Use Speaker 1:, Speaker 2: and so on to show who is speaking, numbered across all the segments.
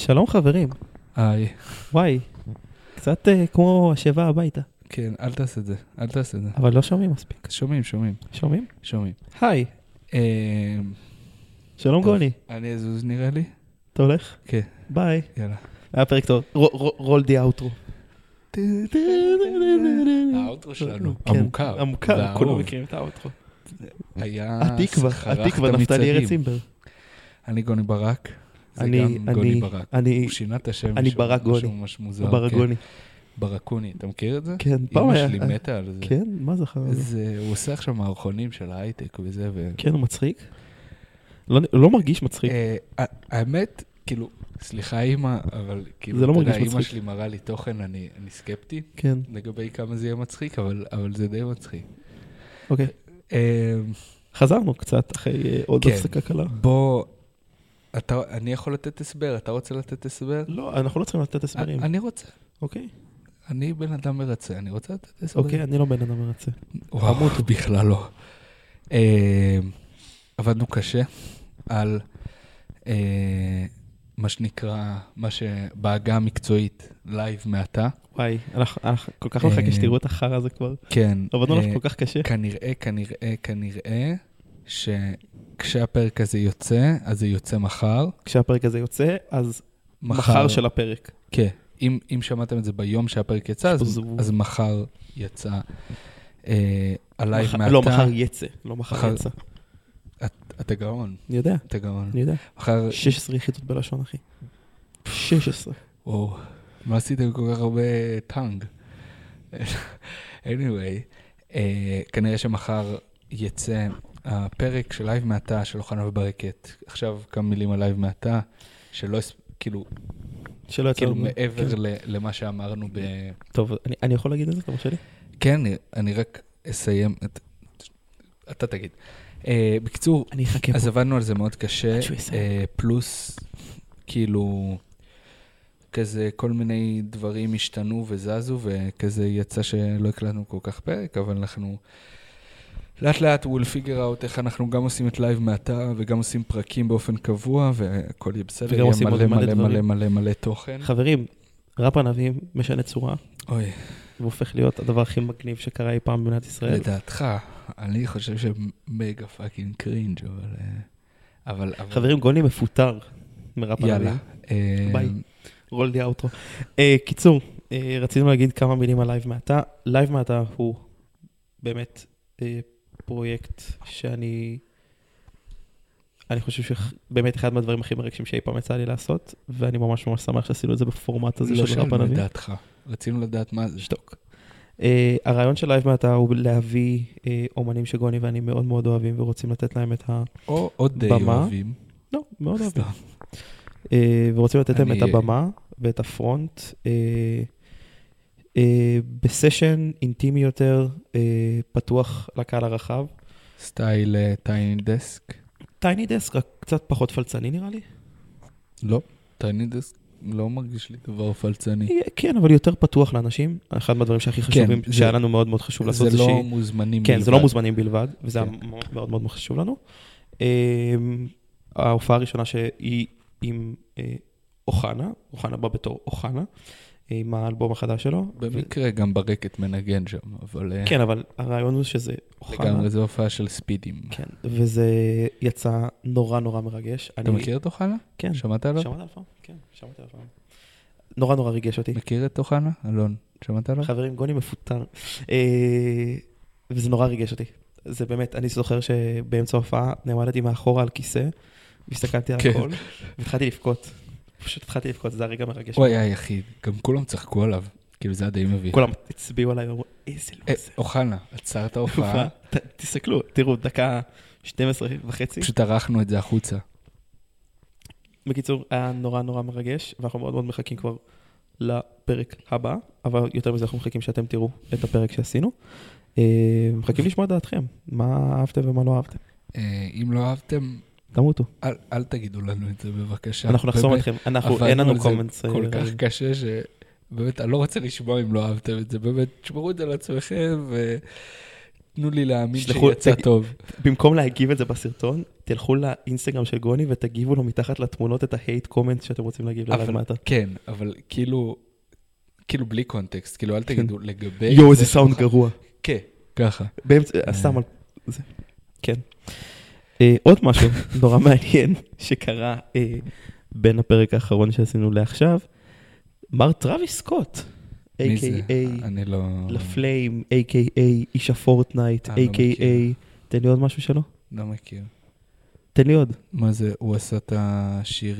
Speaker 1: שלום חברים.
Speaker 2: היי.
Speaker 1: וואי, קצת כמו השבע הביתה.
Speaker 2: כן, אל תעשה את זה, אל תעשה את זה.
Speaker 1: אבל לא שומעים מספיק.
Speaker 2: שומעים.
Speaker 1: שומעים?
Speaker 2: שומעים.
Speaker 1: היי, שלום גוני.
Speaker 2: אני אזוז נראה לי?
Speaker 1: אתה הולך?
Speaker 2: כן.
Speaker 1: ביי.
Speaker 2: יאללה.
Speaker 1: היה פרק טוב. רול די אאוטרו.
Speaker 2: האוטרו שלנו,
Speaker 1: כן,
Speaker 2: המוכר.
Speaker 1: המוכר, כולם מכירים את האוטרו.
Speaker 2: היה...
Speaker 1: התקווה, נפתלי ארץ אימבר.
Speaker 2: אני גוני ברק. זה
Speaker 1: אני-
Speaker 2: גם גוני
Speaker 1: אני-
Speaker 2: ברק.
Speaker 1: אני-
Speaker 2: הוא שינה את השם.
Speaker 1: אני
Speaker 2: שהוא
Speaker 1: ברק גוני.
Speaker 2: משהו ממש מוזר.
Speaker 1: ברק
Speaker 2: כן.
Speaker 1: גוני.
Speaker 2: ברקוני, אתה מכיר את זה?
Speaker 1: כן, פעם
Speaker 2: אמא
Speaker 1: היה.
Speaker 2: שלי מתה על זה.
Speaker 1: כן, מה זה חרא?
Speaker 2: הוא עושה עכשיו מערכונים של ההייטק וזה,
Speaker 1: כן, הוא מצחיק. לא מרגיש מצחיק.
Speaker 2: האמת, כאילו, סליחה אמא, אבל כאילו,
Speaker 1: זה לא
Speaker 2: אתה יודע,
Speaker 1: מרגיש
Speaker 2: אמא
Speaker 1: מצחיק.
Speaker 2: שלי מראה לי תוכן, אני סקפטי
Speaker 1: כן,
Speaker 2: לגבי כמה זה יהיה מצחיק, אבל זה די מצחיק.
Speaker 1: אוקיי. חזרנו קצת אחרי עוד
Speaker 2: כן.
Speaker 1: הפסקה קלה.
Speaker 2: בוא, אני יכול לתת הסבר, אתה רוצה לתת הסבר?
Speaker 1: לא, אנחנו לא צריכים לתת הסברים.
Speaker 2: אני רוצה.
Speaker 1: אוקיי?
Speaker 2: אני בן אדם מרצה, אני רוצה לתת הסבר.
Speaker 1: אוקיי, אני לא בן אדם מרצה.
Speaker 2: וואו, בכלל לא. עבדנו קשה על מה שנקרא, מה שבהגה המקצועית, לייב מעתה.
Speaker 1: וואי, אנחנו כל כך מחכה שתראו את החרא הזה כבר.
Speaker 2: כן.
Speaker 1: עבדנו עליו כל כך קשה.
Speaker 2: כנראה שכשהפרק הזה יוצא, אז זה יוצא מחר.
Speaker 1: כשהפרק הזה יוצא, אז מחר של הפרק.
Speaker 2: כן. אם שמעתם את זה ביום שהפרק יצא, אז מחר יצא הלייב מעתה.
Speaker 1: לא, מחר יצא. לא מחר יצא.
Speaker 2: אתה גאון.
Speaker 1: אני יודע.
Speaker 2: אתה גאון.
Speaker 1: אני יודע.
Speaker 2: מחר...
Speaker 1: 16 יחידות בלשון, אחי. 16.
Speaker 2: וואו. מה עשיתם כל כך הרבה טנג? anyway, כנראה שמחר יצא הפרק של לייב מעתה של אוחנה וברקת. עכשיו כמה מילים על לייב מעתה, שלא, כאילו מעבר למה שאמרנו ב...
Speaker 1: טוב, אני יכול להגיד את זה, אתה מרשה לי?
Speaker 2: כן, אני רק אסיים את... אתה תגיד. בקיצור, אז עבדנו על זה מאוד קשה, פלוס כאילו כזה כל מיני דברים השתנו וזזו, וכזה יצא שלא הקלטנו כל כך פרק, אבל אנחנו לאט לאט we'll figure out איך אנחנו גם עושים את לייב מעתה, וגם עושים פרקים באופן קבוע, והכל יהיה בסדר, יהיה מלא מלא מלא מלא מלא תוכן.
Speaker 1: חברים, ראפ ענבים משנה צורה.
Speaker 2: אוי.
Speaker 1: והופך להיות הדבר הכי מגניב שקרה אי פעם במדינת ישראל.
Speaker 2: לדעתך, אני חושב שמגה פאקינג קרינג' אבל...
Speaker 1: חברים, גוני מפוטר מראפ ענבים.
Speaker 2: יאללה.
Speaker 1: ביי. רול די אאוטרו. קיצור, רצינו להגיד כמה מילים על לייב מעתה. לייב מעתה הוא באמת פרויקט שאני חושב שבאמת אחד מהדברים הכי מרגשים שאי פעם יצא לי לעשות, ואני ממש ממש שמח שעשינו את זה בפורמט הזה של ראפ ענבים.
Speaker 2: לא שאלנו לדעתך, רצינו לדעת מה זה.
Speaker 1: שתוק. הרעיון של לייב מעתה הוא להביא אומנים שגוני ואני מאוד מאוד אוהבים ורוצים לתת להם את הבמה.
Speaker 2: או עוד די אוהבים.
Speaker 1: לא, מאוד אוהבים. ורוצים לתת להם את הבמה ואת הפרונט. בסשן אינטימי יותר, פתוח לקהל הרחב.
Speaker 2: סטייל טייני דסק?
Speaker 1: טייני דסק, רק קצת פחות פלצני נראה לי.
Speaker 2: לא, טייני דסק לא מרגיש לי דבר פלצני.
Speaker 1: כן, אבל יותר פתוח לאנשים. אחד מהדברים שהכי חשובים, שהיה לנו מאוד מאוד חשוב לעשות.
Speaker 2: זה לא מוזמנים בלבד.
Speaker 1: כן, זה לא מוזמנים בלבד, וזה היה מאוד מאוד חשוב לנו. ההופעה הראשונה שהיא עם אוחנה בא בתור אוחנה, עם האלבום החדש שלו.
Speaker 2: במקרה גם ברקת מנגן שם, אבל...
Speaker 1: כן, אבל הרעיון הוא שזה אוחנה.
Speaker 2: לגמרי, זו הופעה של ספידים.
Speaker 1: כן, וזה יצא נורא נורא מרגש.
Speaker 2: אתה מכיר את אוחנה?
Speaker 1: כן.
Speaker 2: שמעת עליו?
Speaker 1: שמעת עליו? כן, שמעתי עליו. נורא נורא ריגש אותי.
Speaker 2: מכיר את אוחנה? אלון, שמעת עליו?
Speaker 1: חברים, גוני מפוטר. וזה נורא ריגש אותי. זה באמת, אני זוכר שבאמצע ההופעה נעמדתי מאחורה על כיסא, והסתכלתי על הכל, והתחלתי לבכות. פשוט התחלתי לבכות, זה הרגע מרגש.
Speaker 2: הוא היה היחיד, גם כולם צחקו עליו, כאילו זה היה די מביך.
Speaker 1: כולם הצביעו עליי, ואמרו, איזה לא זה.
Speaker 2: אוחנה, עצרת ההופעה.
Speaker 1: תסתכלו, תראו, דקה 12 וחצי.
Speaker 2: פשוט ערכנו את זה החוצה.
Speaker 1: בקיצור, היה נורא נורא מרגש, ואנחנו מאוד מאוד מחכים כבר לפרק הבא, אבל יותר מזה אנחנו מחכים שאתם תראו את הפרק שעשינו. מחכים לשמוע דעתכם, מה אהבתם ומה לא אהבתם.
Speaker 2: אם לא אהבתם,
Speaker 1: תמותו.
Speaker 2: אל תגידו לנו את זה בבקשה.
Speaker 1: אנחנו נחסום אתכם, אין לנו קומנטס.
Speaker 2: כל כך קשה שבאמת אני לא רוצה לשמוע אם לא אהבתם את זה, באמת תשמרו את זה לעצמכם ותנו לי להאמין שיצא טוב.
Speaker 1: במקום להגיב את זה בסרטון, תלכו לאינסטגרם של גוני ותגיבו לו מתחת לתמונות את ההייט קומנט שאתם רוצים להגיב לו למטה.
Speaker 2: כן, אבל כאילו בלי קונטקסט, כאילו אל תגידו לגבי...
Speaker 1: יו, איזה סאונד גרוע.
Speaker 2: כן, ככה.
Speaker 1: סתם על זה. כן. עוד משהו נורא מעניין שקרה בין הפרק האחרון שעשינו לעכשיו, מר טרוויס סקוט, a.k.a. לפליים, a.k.a. איש הפורטנייט, a.k.a. תן לי עוד משהו שלו?
Speaker 2: לא מכיר.
Speaker 1: תן לי עוד.
Speaker 2: מה זה? הוא עשה את השיר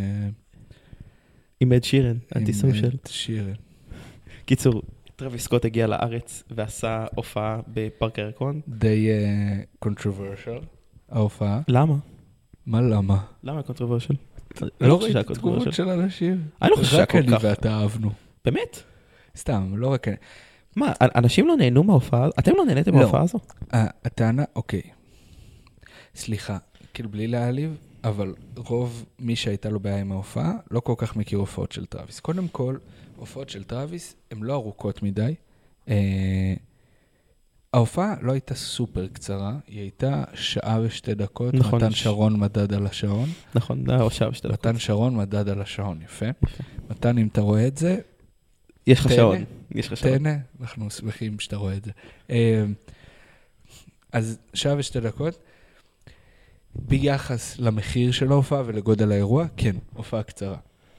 Speaker 1: עם אד שירן, אנטי סושיאל.
Speaker 2: עם אד שירן.
Speaker 1: קיצור, טרוויס סקוט הגיע לארץ ועשה הופעה בפארק הירקון.
Speaker 2: די controversial, ההופעה.
Speaker 1: למה?
Speaker 2: מה למה?
Speaker 1: למה controversial?
Speaker 2: לא ראיתי תגובות של אנשים.
Speaker 1: אני לא חושב
Speaker 2: רק אני ואתה אהבנו.
Speaker 1: באמת?
Speaker 2: סתם, לא רק אני.
Speaker 1: מה, אנשים לא נהנו מההופעה? אתם לא נהניתם מההופעה הזו?
Speaker 2: הטענה, אוקיי. סליחה, כאילו בלי להעליב, אבל רוב מי שהייתה לו בעיה עם ההופעה, לא כל כך מכיר הופעות של טרוויס. קודם כל, הופעות של טרוויס הן לא ארוכות מדי. ההופעה לא הייתה סופר קצרה, היא הייתה 1:02 דקות, מתן שרון מדד על השעון.
Speaker 1: נכון, זה היה 1:02 דקות.
Speaker 2: מתן שרון מדד על השעון, יפה. מתן, אם אתה רואה את זה,
Speaker 1: יש לך שעון.
Speaker 2: תהנה, אנחנו שמחים שאתה רואה את זה. אז 1:02 דקות, ביחס למחיר של ההופעה ולגודל האירוע, כן, הופעה קצרה.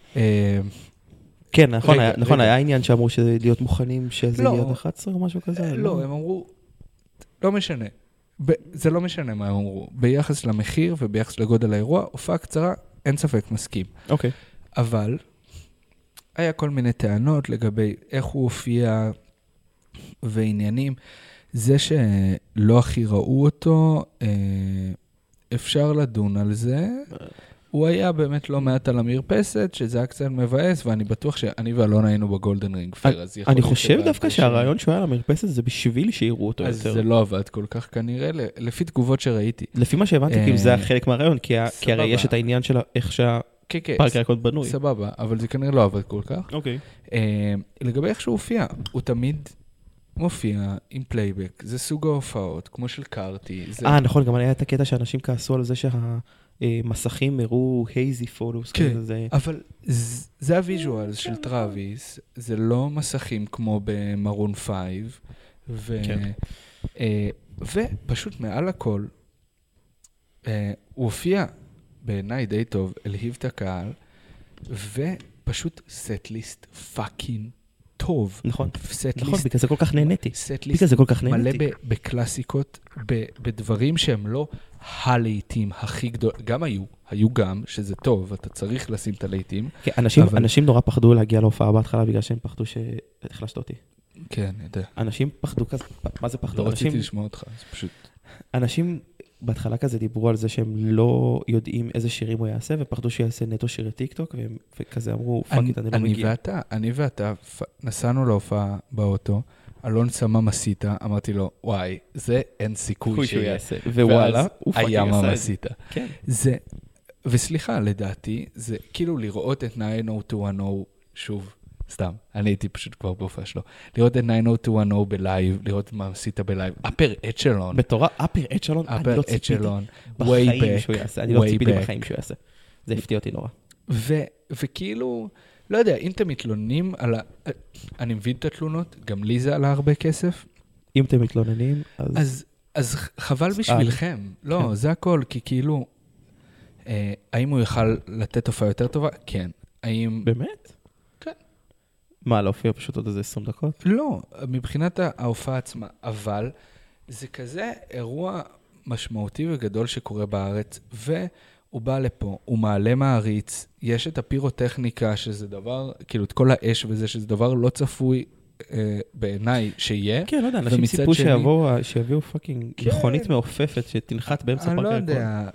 Speaker 1: כן, נכון, היה עניין שאמרו להיות מוכנים שזה יהיה עד 11 או משהו כזה?
Speaker 2: לא, הם אמרו, לא משנה. זה לא משנה מה הם אמרו. ביחס למחיר וביחס לגודל האירוע, הופעה קצרה, אין ספק, מסכים.
Speaker 1: אוקיי.
Speaker 2: אבל היה כל מיני טענות לגבי איך הוא הופיע ועניינים. זה שלא הכי ראו אותו, אפשר לדון על זה. הוא היה באמת לא מעט על המרפסת, שזה היה קצת מבאס, ואני בטוח שאני ואלון היינו בגולדן רינג פייר.
Speaker 1: אני חושב דווקא שהרעיון שהוא היה על המרפסת זה בשביל שיראו אותו יותר.
Speaker 2: אז זה לא עבד כל כך כנראה, לפי תגובות שראיתי.
Speaker 1: לפי מה שהבנתי, כאילו זה חלק מהרעיון, כי הרי יש את העניין של איך שהפארק הירקון בנוי.
Speaker 2: סבבה, אבל זה כנראה לא עבד כל כך.
Speaker 1: אוקיי.
Speaker 2: לגבי איך שהוא הופיע, הוא תמיד מופיע עם פלייבק, זה סוג ההופעות, כמו של קארטי.
Speaker 1: נכון, גם היה את הקטע שאנשים כעסו על זה מסכים הראו הייזי פוטוס.
Speaker 2: כן, אבל זה הוויז'ואל של טרוויס, זה לא מסכים כמו במרון 5, ופשוט מעל הכל, הוא הופיע בעיניי די טוב, אלהיב את הקהל, ופשוט סט-ליסט פאקינג טוב.
Speaker 1: נכון, בגלל זה כל כך נהניתי.
Speaker 2: סט-ליסט מלא בקלאסיקות, בדברים שהם לא הלהיטים הכי גדול, גם היו גם, שזה טוב, אתה צריך לשים את הלהיטים.
Speaker 1: כן, אנשים נורא פחדו להגיע להופעה בהתחלה, בגלל שהם פחדו שהחלשת אותי.
Speaker 2: כן, יודע.
Speaker 1: אנשים פחדו כזה, מה זה פחדו?
Speaker 2: לא רציתי לשמוע אותך, זה פשוט...
Speaker 1: אנשים בהתחלה כזה דיברו על זה שהם לא יודעים איזה שירים הוא יעשה, ופחדו שיעשה נטו שירי טיק-טוק, וכזה אמרו, פאק איט, אני לא מגיע.
Speaker 2: אני ואתה נסענו להופעה באוטו, אלון שמה מסיטה, אמרתי לו, וואי, זה אין סיכוי
Speaker 1: שיעשה. ווואלה, הוא פאקינג
Speaker 2: היה
Speaker 1: עשה
Speaker 2: מסיטה.
Speaker 1: כן.
Speaker 2: וסליחה, לדעתי, זה כאילו לראות את 90210 שוב, סתם, אני הייתי פשוט כבר בהופעה שלו. לראות את 90210 בלייב, לראות מה עשית בלייב. אפר אצ'לון.
Speaker 1: בתורה, אפר אצ'לון, אני לא ציפיתי בחיים שהוא יעשה. אני לא ציפיתי בחיים שהוא יעשה. זה הפתיע אותי נורא.
Speaker 2: וכאילו, לא יודע, אם אתם מתלוננים על אני מבין את התלונות, גם לי זה עלה הרבה כסף.
Speaker 1: אם אתם מתלוננים,
Speaker 2: אז חבל בשבילכם. לא, זה הכל, כי כאילו, האם הוא יוכל לתת הופעה יותר טובה? כן. האם...
Speaker 1: באמת?
Speaker 2: כן.
Speaker 1: מה, להופיע פשוט עוד איזה 20 דקות?
Speaker 2: לא, מבחינת ההופעה עצמה, אבל זה כזה אירוע משמעותי וגדול שקורה בארץ, והוא בא לפה, הוא מעלה מעריץ, יש את הפירוטכניקה, שזה דבר, כאילו את כל האש וזה, שזה דבר לא צפוי בעיניי שיהיה.
Speaker 1: כן, לא יודע, אנשים ציפו שיביאו פאקינג מכונית מעופפת, שתנחת באמצע פארק הירקון.
Speaker 2: אני לא יודע,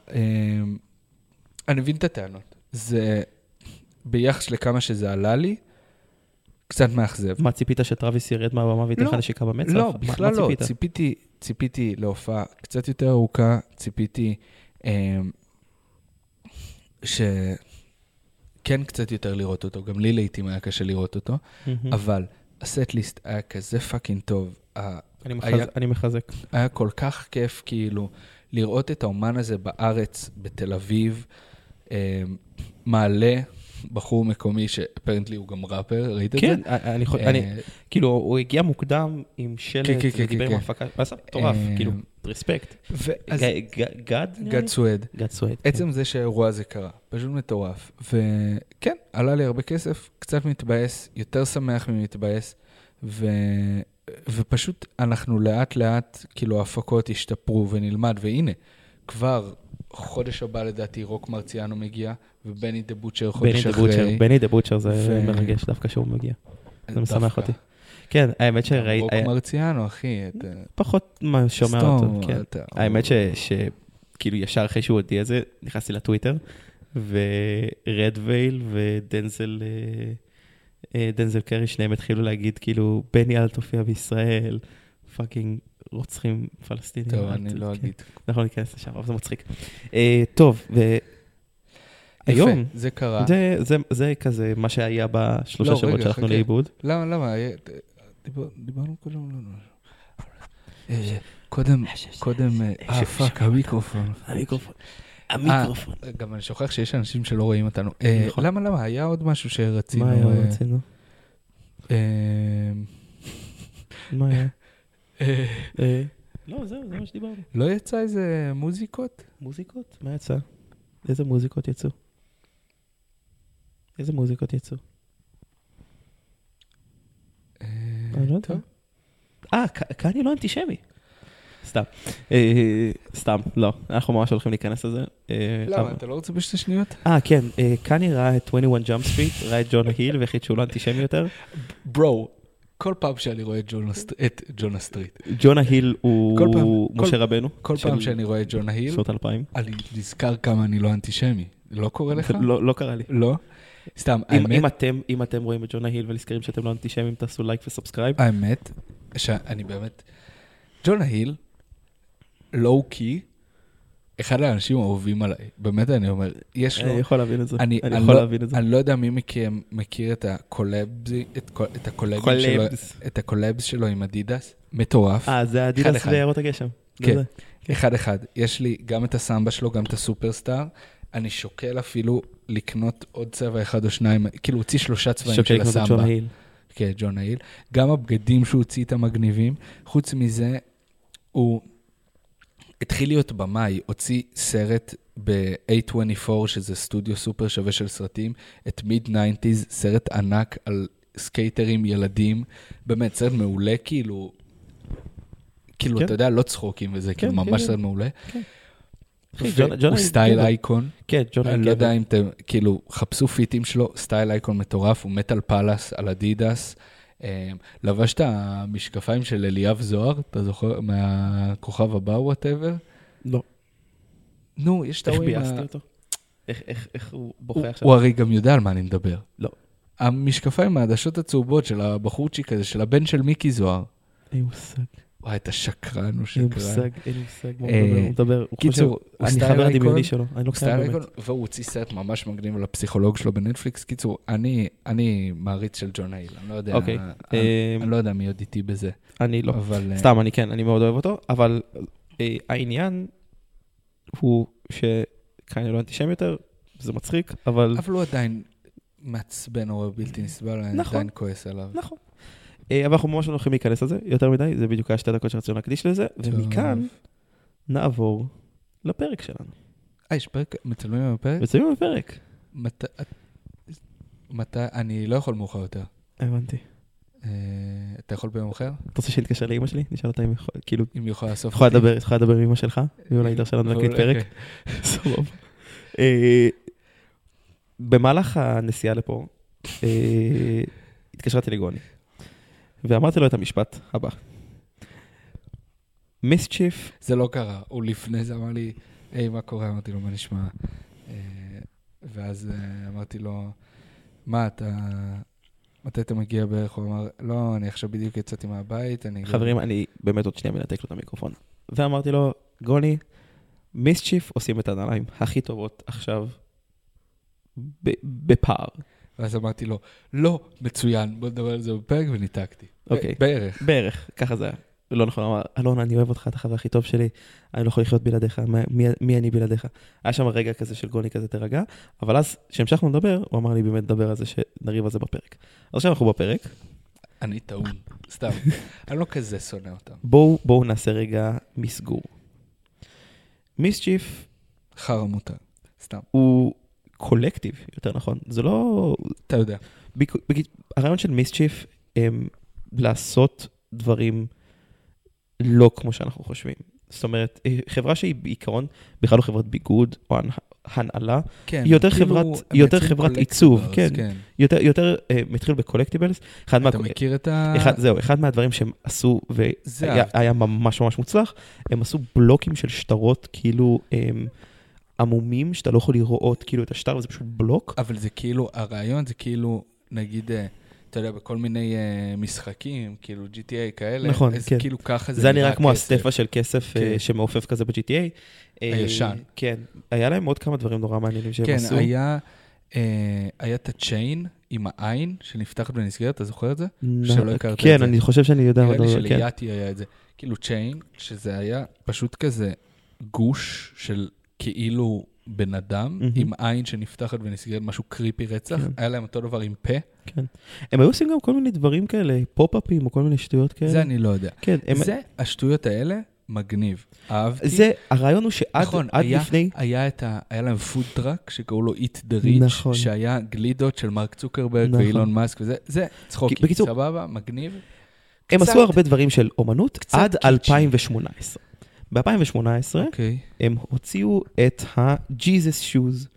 Speaker 2: אני מבין את הטענות. זה... ביחס לכמה שזה עלה לי, קצת מאכזב.
Speaker 1: מה, ציפית שטרוויס ירד מהבמה וייתן לך נשיקה במצח?
Speaker 2: לא, בכלל לא. ציפיתי להופעה קצת יותר ארוכה, ציפיתי שכן קצת יותר לראות אותו, גם לי לעתים היה קשה לראות אותו, אבל הסט-ליסט היה כזה פאקינג טוב.
Speaker 1: אני מחזק.
Speaker 2: היה כל כך כיף כאילו לראות את האומן הזה בארץ, בתל אביב, מעלה בחור מקומי שאפרנטלי הוא גם ראפר, ראית את זה?
Speaker 1: כן, כאילו, הוא הגיע מוקדם עם שלט, ודיבר עם הפקה, ועשה מטורף, כאילו, רספקט.
Speaker 2: גד סואד. עצם זה שהאירוע הזה קרה, פשוט מטורף. וכן, עלה לי הרבה כסף, קצת מתבאס, יותר שמח ממתבאס, ופשוט אנחנו לאט לאט, כאילו ההפקות השתפרו ונלמד, והנה, כבר חודש הבא לדעתי רוק מרציאנו מגיע, ובני דה בוטשר חודש אחרי.
Speaker 1: בני דה בוטשר זה מרגש דווקא שהוא מגיע. זה משמח אותי. כן, האמת שראיתי...
Speaker 2: רוק מרציאנו, אחי.
Speaker 1: פחות מה שומע אותו. האמת שכאילו ישר אחרי שהוא הודיע את זה, נכנסתי לטוויטר, ורד וייל ודנזל קרי, שניהם התחילו להגיד, כאילו, בני אל תופיע בישראל, פאקינג רוצחים פלסטינים.
Speaker 2: טוב, אני לא אגיד.
Speaker 1: אנחנו ניכנס לשם, אבל זה מצחיק. טוב, והיום,
Speaker 2: זה קרה.
Speaker 1: זה כזה מה שהיה בשלושה שבועות שהלכנו לאיבוד.
Speaker 2: למה? דיברנו קודם, פאק, המיקרופון. גם אני שוכח שיש אנשים שלא רואים אותנו. למה? היה עוד משהו שרצינו.
Speaker 1: מה היה רצינו? מה היה? לא, זהו, זה מה שדיברנו.
Speaker 2: לא יצא איזה מוזיקות?
Speaker 1: מוזיקות? מה יצא? איזה מוזיקות יצאו? אני לא יודע. קני לא אנטישמי. סתם, לא. אנחנו ממש הולכים להיכנס לזה.
Speaker 2: למה? אתה לא רוצה בשתי שניות?
Speaker 1: כן. קני ראה את 21 Jump Street, ראה את ג'ונה היל, והחליט שהוא לא אנטישמי יותר.
Speaker 2: ברו, כל פעם שאני רואה את ג'ונה סטריט.
Speaker 1: ג'ונה היל הוא משה רבנו.
Speaker 2: כל פעם שאני רואה את ג'ונה היל,
Speaker 1: שנות 2000.
Speaker 2: אני נזכר כמה אני לא אנטישמי. לא קורה לך?
Speaker 1: לא קרה לי.
Speaker 2: לא? סתם,
Speaker 1: אם אתם רואים את ג'ונה היל ונזכרים שאתם לא אנטישמים, תעשו לייק וסאבסקרייב.
Speaker 2: האמת, שאני באמת... ג'ונה היל, לואו-קי, אחד האנשים האהובים עליי. באמת אני אומר, יש לו...
Speaker 1: אני יכול להבין את זה.
Speaker 2: אני לא יודע מי מכיר את הקולאבס שלו עם אדידס. מטורף.
Speaker 1: זה אדידס ויערות הגשם.
Speaker 2: כן, אחד. יש לי גם את הסמבה שלו, גם את הסופרסטאר. אני שוקל אפילו לקנות עוד צבע אחד או שניים, כאילו הוציא 3 צבעים של הסמבה.
Speaker 1: ג'ונה היל.
Speaker 2: כן, ג'ונה היל. גם הבגדים שהוא הוציא את המגניבים. חוץ מזה, הוא התחיל להיות במאי, הוציא סרט ב-A24, שזה סטודיו סופר שווה של סרטים, את מיד-90s, סרט ענק על סקייטרים, ילדים, באמת, סרט מעולה, כאילו, אתה יודע, לא צחוקים וזה, כאילו, ממש סרט מעולה. הוא סטייל אייקון.
Speaker 1: כן, ג'ונה.
Speaker 2: אני לא יודע אם אתם, כאילו, חפשו פיטים שלו, סטייל אייקון מטורף, הוא מטל פלאס על אדידס, לבש את המשקפיים של אליאב זוהר, אתה זוכר, מהכוכב הבא, whatever?
Speaker 1: לא.
Speaker 2: נו, יש את
Speaker 1: איך בייסתי אותו? איך הוא בוכה עכשיו?
Speaker 2: הוא הרי גם יודע על מה אני מדבר.
Speaker 1: לא.
Speaker 2: המשקפיים מהעדשות הצהובות של הבחורצ'יק הזה, של הבן של מיקי זוהר.
Speaker 1: אין מושג.
Speaker 2: וואי, אתה שקרן, הוא שקרן.
Speaker 1: אין מושג, הוא מדבר. קיצור, אני חבר הדמיוני שלו, אני לא קיים באמת.
Speaker 2: והוא הוציא סרט ממש מגניב על הפסיכולוג שלו בנטפליקס. קיצור, אני מעריץ של ג'ונה היל, אני לא יודע מי עוד איתי בזה.
Speaker 1: אני לא, סתם, אני מאוד אוהב אותו, אבל העניין הוא שקני לא אנטישמי יותר, זה מצחיק, אבל
Speaker 2: הוא עדיין מעצבן או בלתי נסבל, אני עדיין כועס עליו.
Speaker 1: נכון. אבל אנחנו ממש לא הולכים להיכנס לזה, יותר מדי, זה בדיוק היה 2 דקות שרצינו להקדיש לזה, ומכאן נעבור לפרק שלנו.
Speaker 2: יש פרק? מצלמים בפרק?
Speaker 1: מצלמים בפרק.
Speaker 2: מתי? אני לא יכול מאוחר יותר.
Speaker 1: הבנתי.
Speaker 2: אתה יכול ביום אחר?
Speaker 1: אתה רוצה שנתקשר לאמא שלי? נשאל אותה אם יכול, כאילו...
Speaker 2: אם יכולה לאסוף...
Speaker 1: יכולה לדבר עם אמא שלך? ואולי ידע שלנו להקליט פרק? סבוב. במהלך הנסיעה לפה, התקשרתי לגוני. ואמרתי לו את המשפט הבא. מיסצ'יף...
Speaker 2: זה לא קרה. הוא לפני זה אמר לי, היי, מה קורה? אמרתי לו, מה נשמע? ואז אמרתי לו, מה, מתי אתה מגיע בערך? הוא אמר, לא, אני עכשיו בדיוק יצאתי מהבית.
Speaker 1: חברים, אני באמת עוד שנייה מנתק לו את המיקרופון. ואמרתי לו, גוני, מיסצ'יף עושים את הנעליים הכי טובות עכשיו בפער.
Speaker 2: ואז אמרתי לו, לא, מצוין, בוא נדבר על זה בפרק וניתקתי.
Speaker 1: אוקיי.
Speaker 2: בערך.
Speaker 1: בערך, ככה זה היה. לא נכון, אמר, אלון, אני אוהב אותך, אתה החבר הכי טוב שלי, אני לא יכול לחיות בלעדיך, מי אני בלעדיך? היה שם רגע כזה של גוני כזה תרגע, אבל אז, כשהמשכנו לדבר, הוא אמר לי באמת לדבר על זה, שנריב על זה בפרק. אז עכשיו אנחנו בפרק.
Speaker 2: אני טעון, סתם. אני לא כזה שונא אותם.
Speaker 1: בואו נעשה רגע מסגור. מיסצ'יף,
Speaker 2: חרמוטה, סתם.
Speaker 1: הוא קולקטיב, יותר נכון. זה לא...
Speaker 2: אתה יודע.
Speaker 1: הרעיון של מיסצ'יף, לעשות דברים לא כמו שאנחנו חושבים. זאת אומרת, חברה שהיא בעיקרון, בכלל לא חברת ביגוד, או הנעלה,
Speaker 2: כן,
Speaker 1: היא יותר חברת עיצוב, כן. יותר מתחיל בקולקטיבלס.
Speaker 2: אתה מכיר את ה...
Speaker 1: זהו, אחד מהדברים שהם עשו, והיה ממש ממש מוצלח, הם עשו בלוקים של שטרות, כאילו עמומים, שאתה לא יכול לראות כאילו את השטר, וזה פשוט בלוק.
Speaker 2: אבל זה כאילו, הרעיון זה כאילו, נגיד... אתה יודע, בכל מיני משחקים, כאילו GTA כאלה,
Speaker 1: נכון,
Speaker 2: אז
Speaker 1: כן.
Speaker 2: כאילו ככה
Speaker 1: זה נראה כמו הסטפה של כסף שמעופף כזה ב-GTA.
Speaker 2: הישן.
Speaker 1: כן, היה להם עוד כמה דברים נורא מעניינים שהם עשו.
Speaker 2: כן, היה את הצ'יין עם העין שנפתחת ונסגרת, אתה זוכר את זה? שלא הכרת את זה.
Speaker 1: כן, אני חושב שאני יודע.
Speaker 2: נראה לי שליאתי היה את זה. כאילו צ'יין, שזה היה פשוט כזה גוש של כאילו בן אדם, עם עין שנפתחת ונסגרת, משהו קריפי רצח, היה להם אותו דבר עם פה.
Speaker 1: כן. הם היו עושים גם כל מיני דברים כאלה, פופ-אפים או כל מיני שטויות כאלה.
Speaker 2: זה אני לא יודע.
Speaker 1: כן.
Speaker 2: זה, השטויות האלה, מגניב. אהבתי.
Speaker 1: זה, הרעיון הוא שעד לפני...
Speaker 2: היה להם פוד טראק שקראו לו Eat the Rich, שהיה גלידות של מרק צוקרברג ואילון מאסק וזה, זה צחוקי, סבבה, מגניב.
Speaker 1: הם עשו הרבה דברים של אומנות עד 2018. ב-2018 הם הוציאו את ה-Jesus Shoes.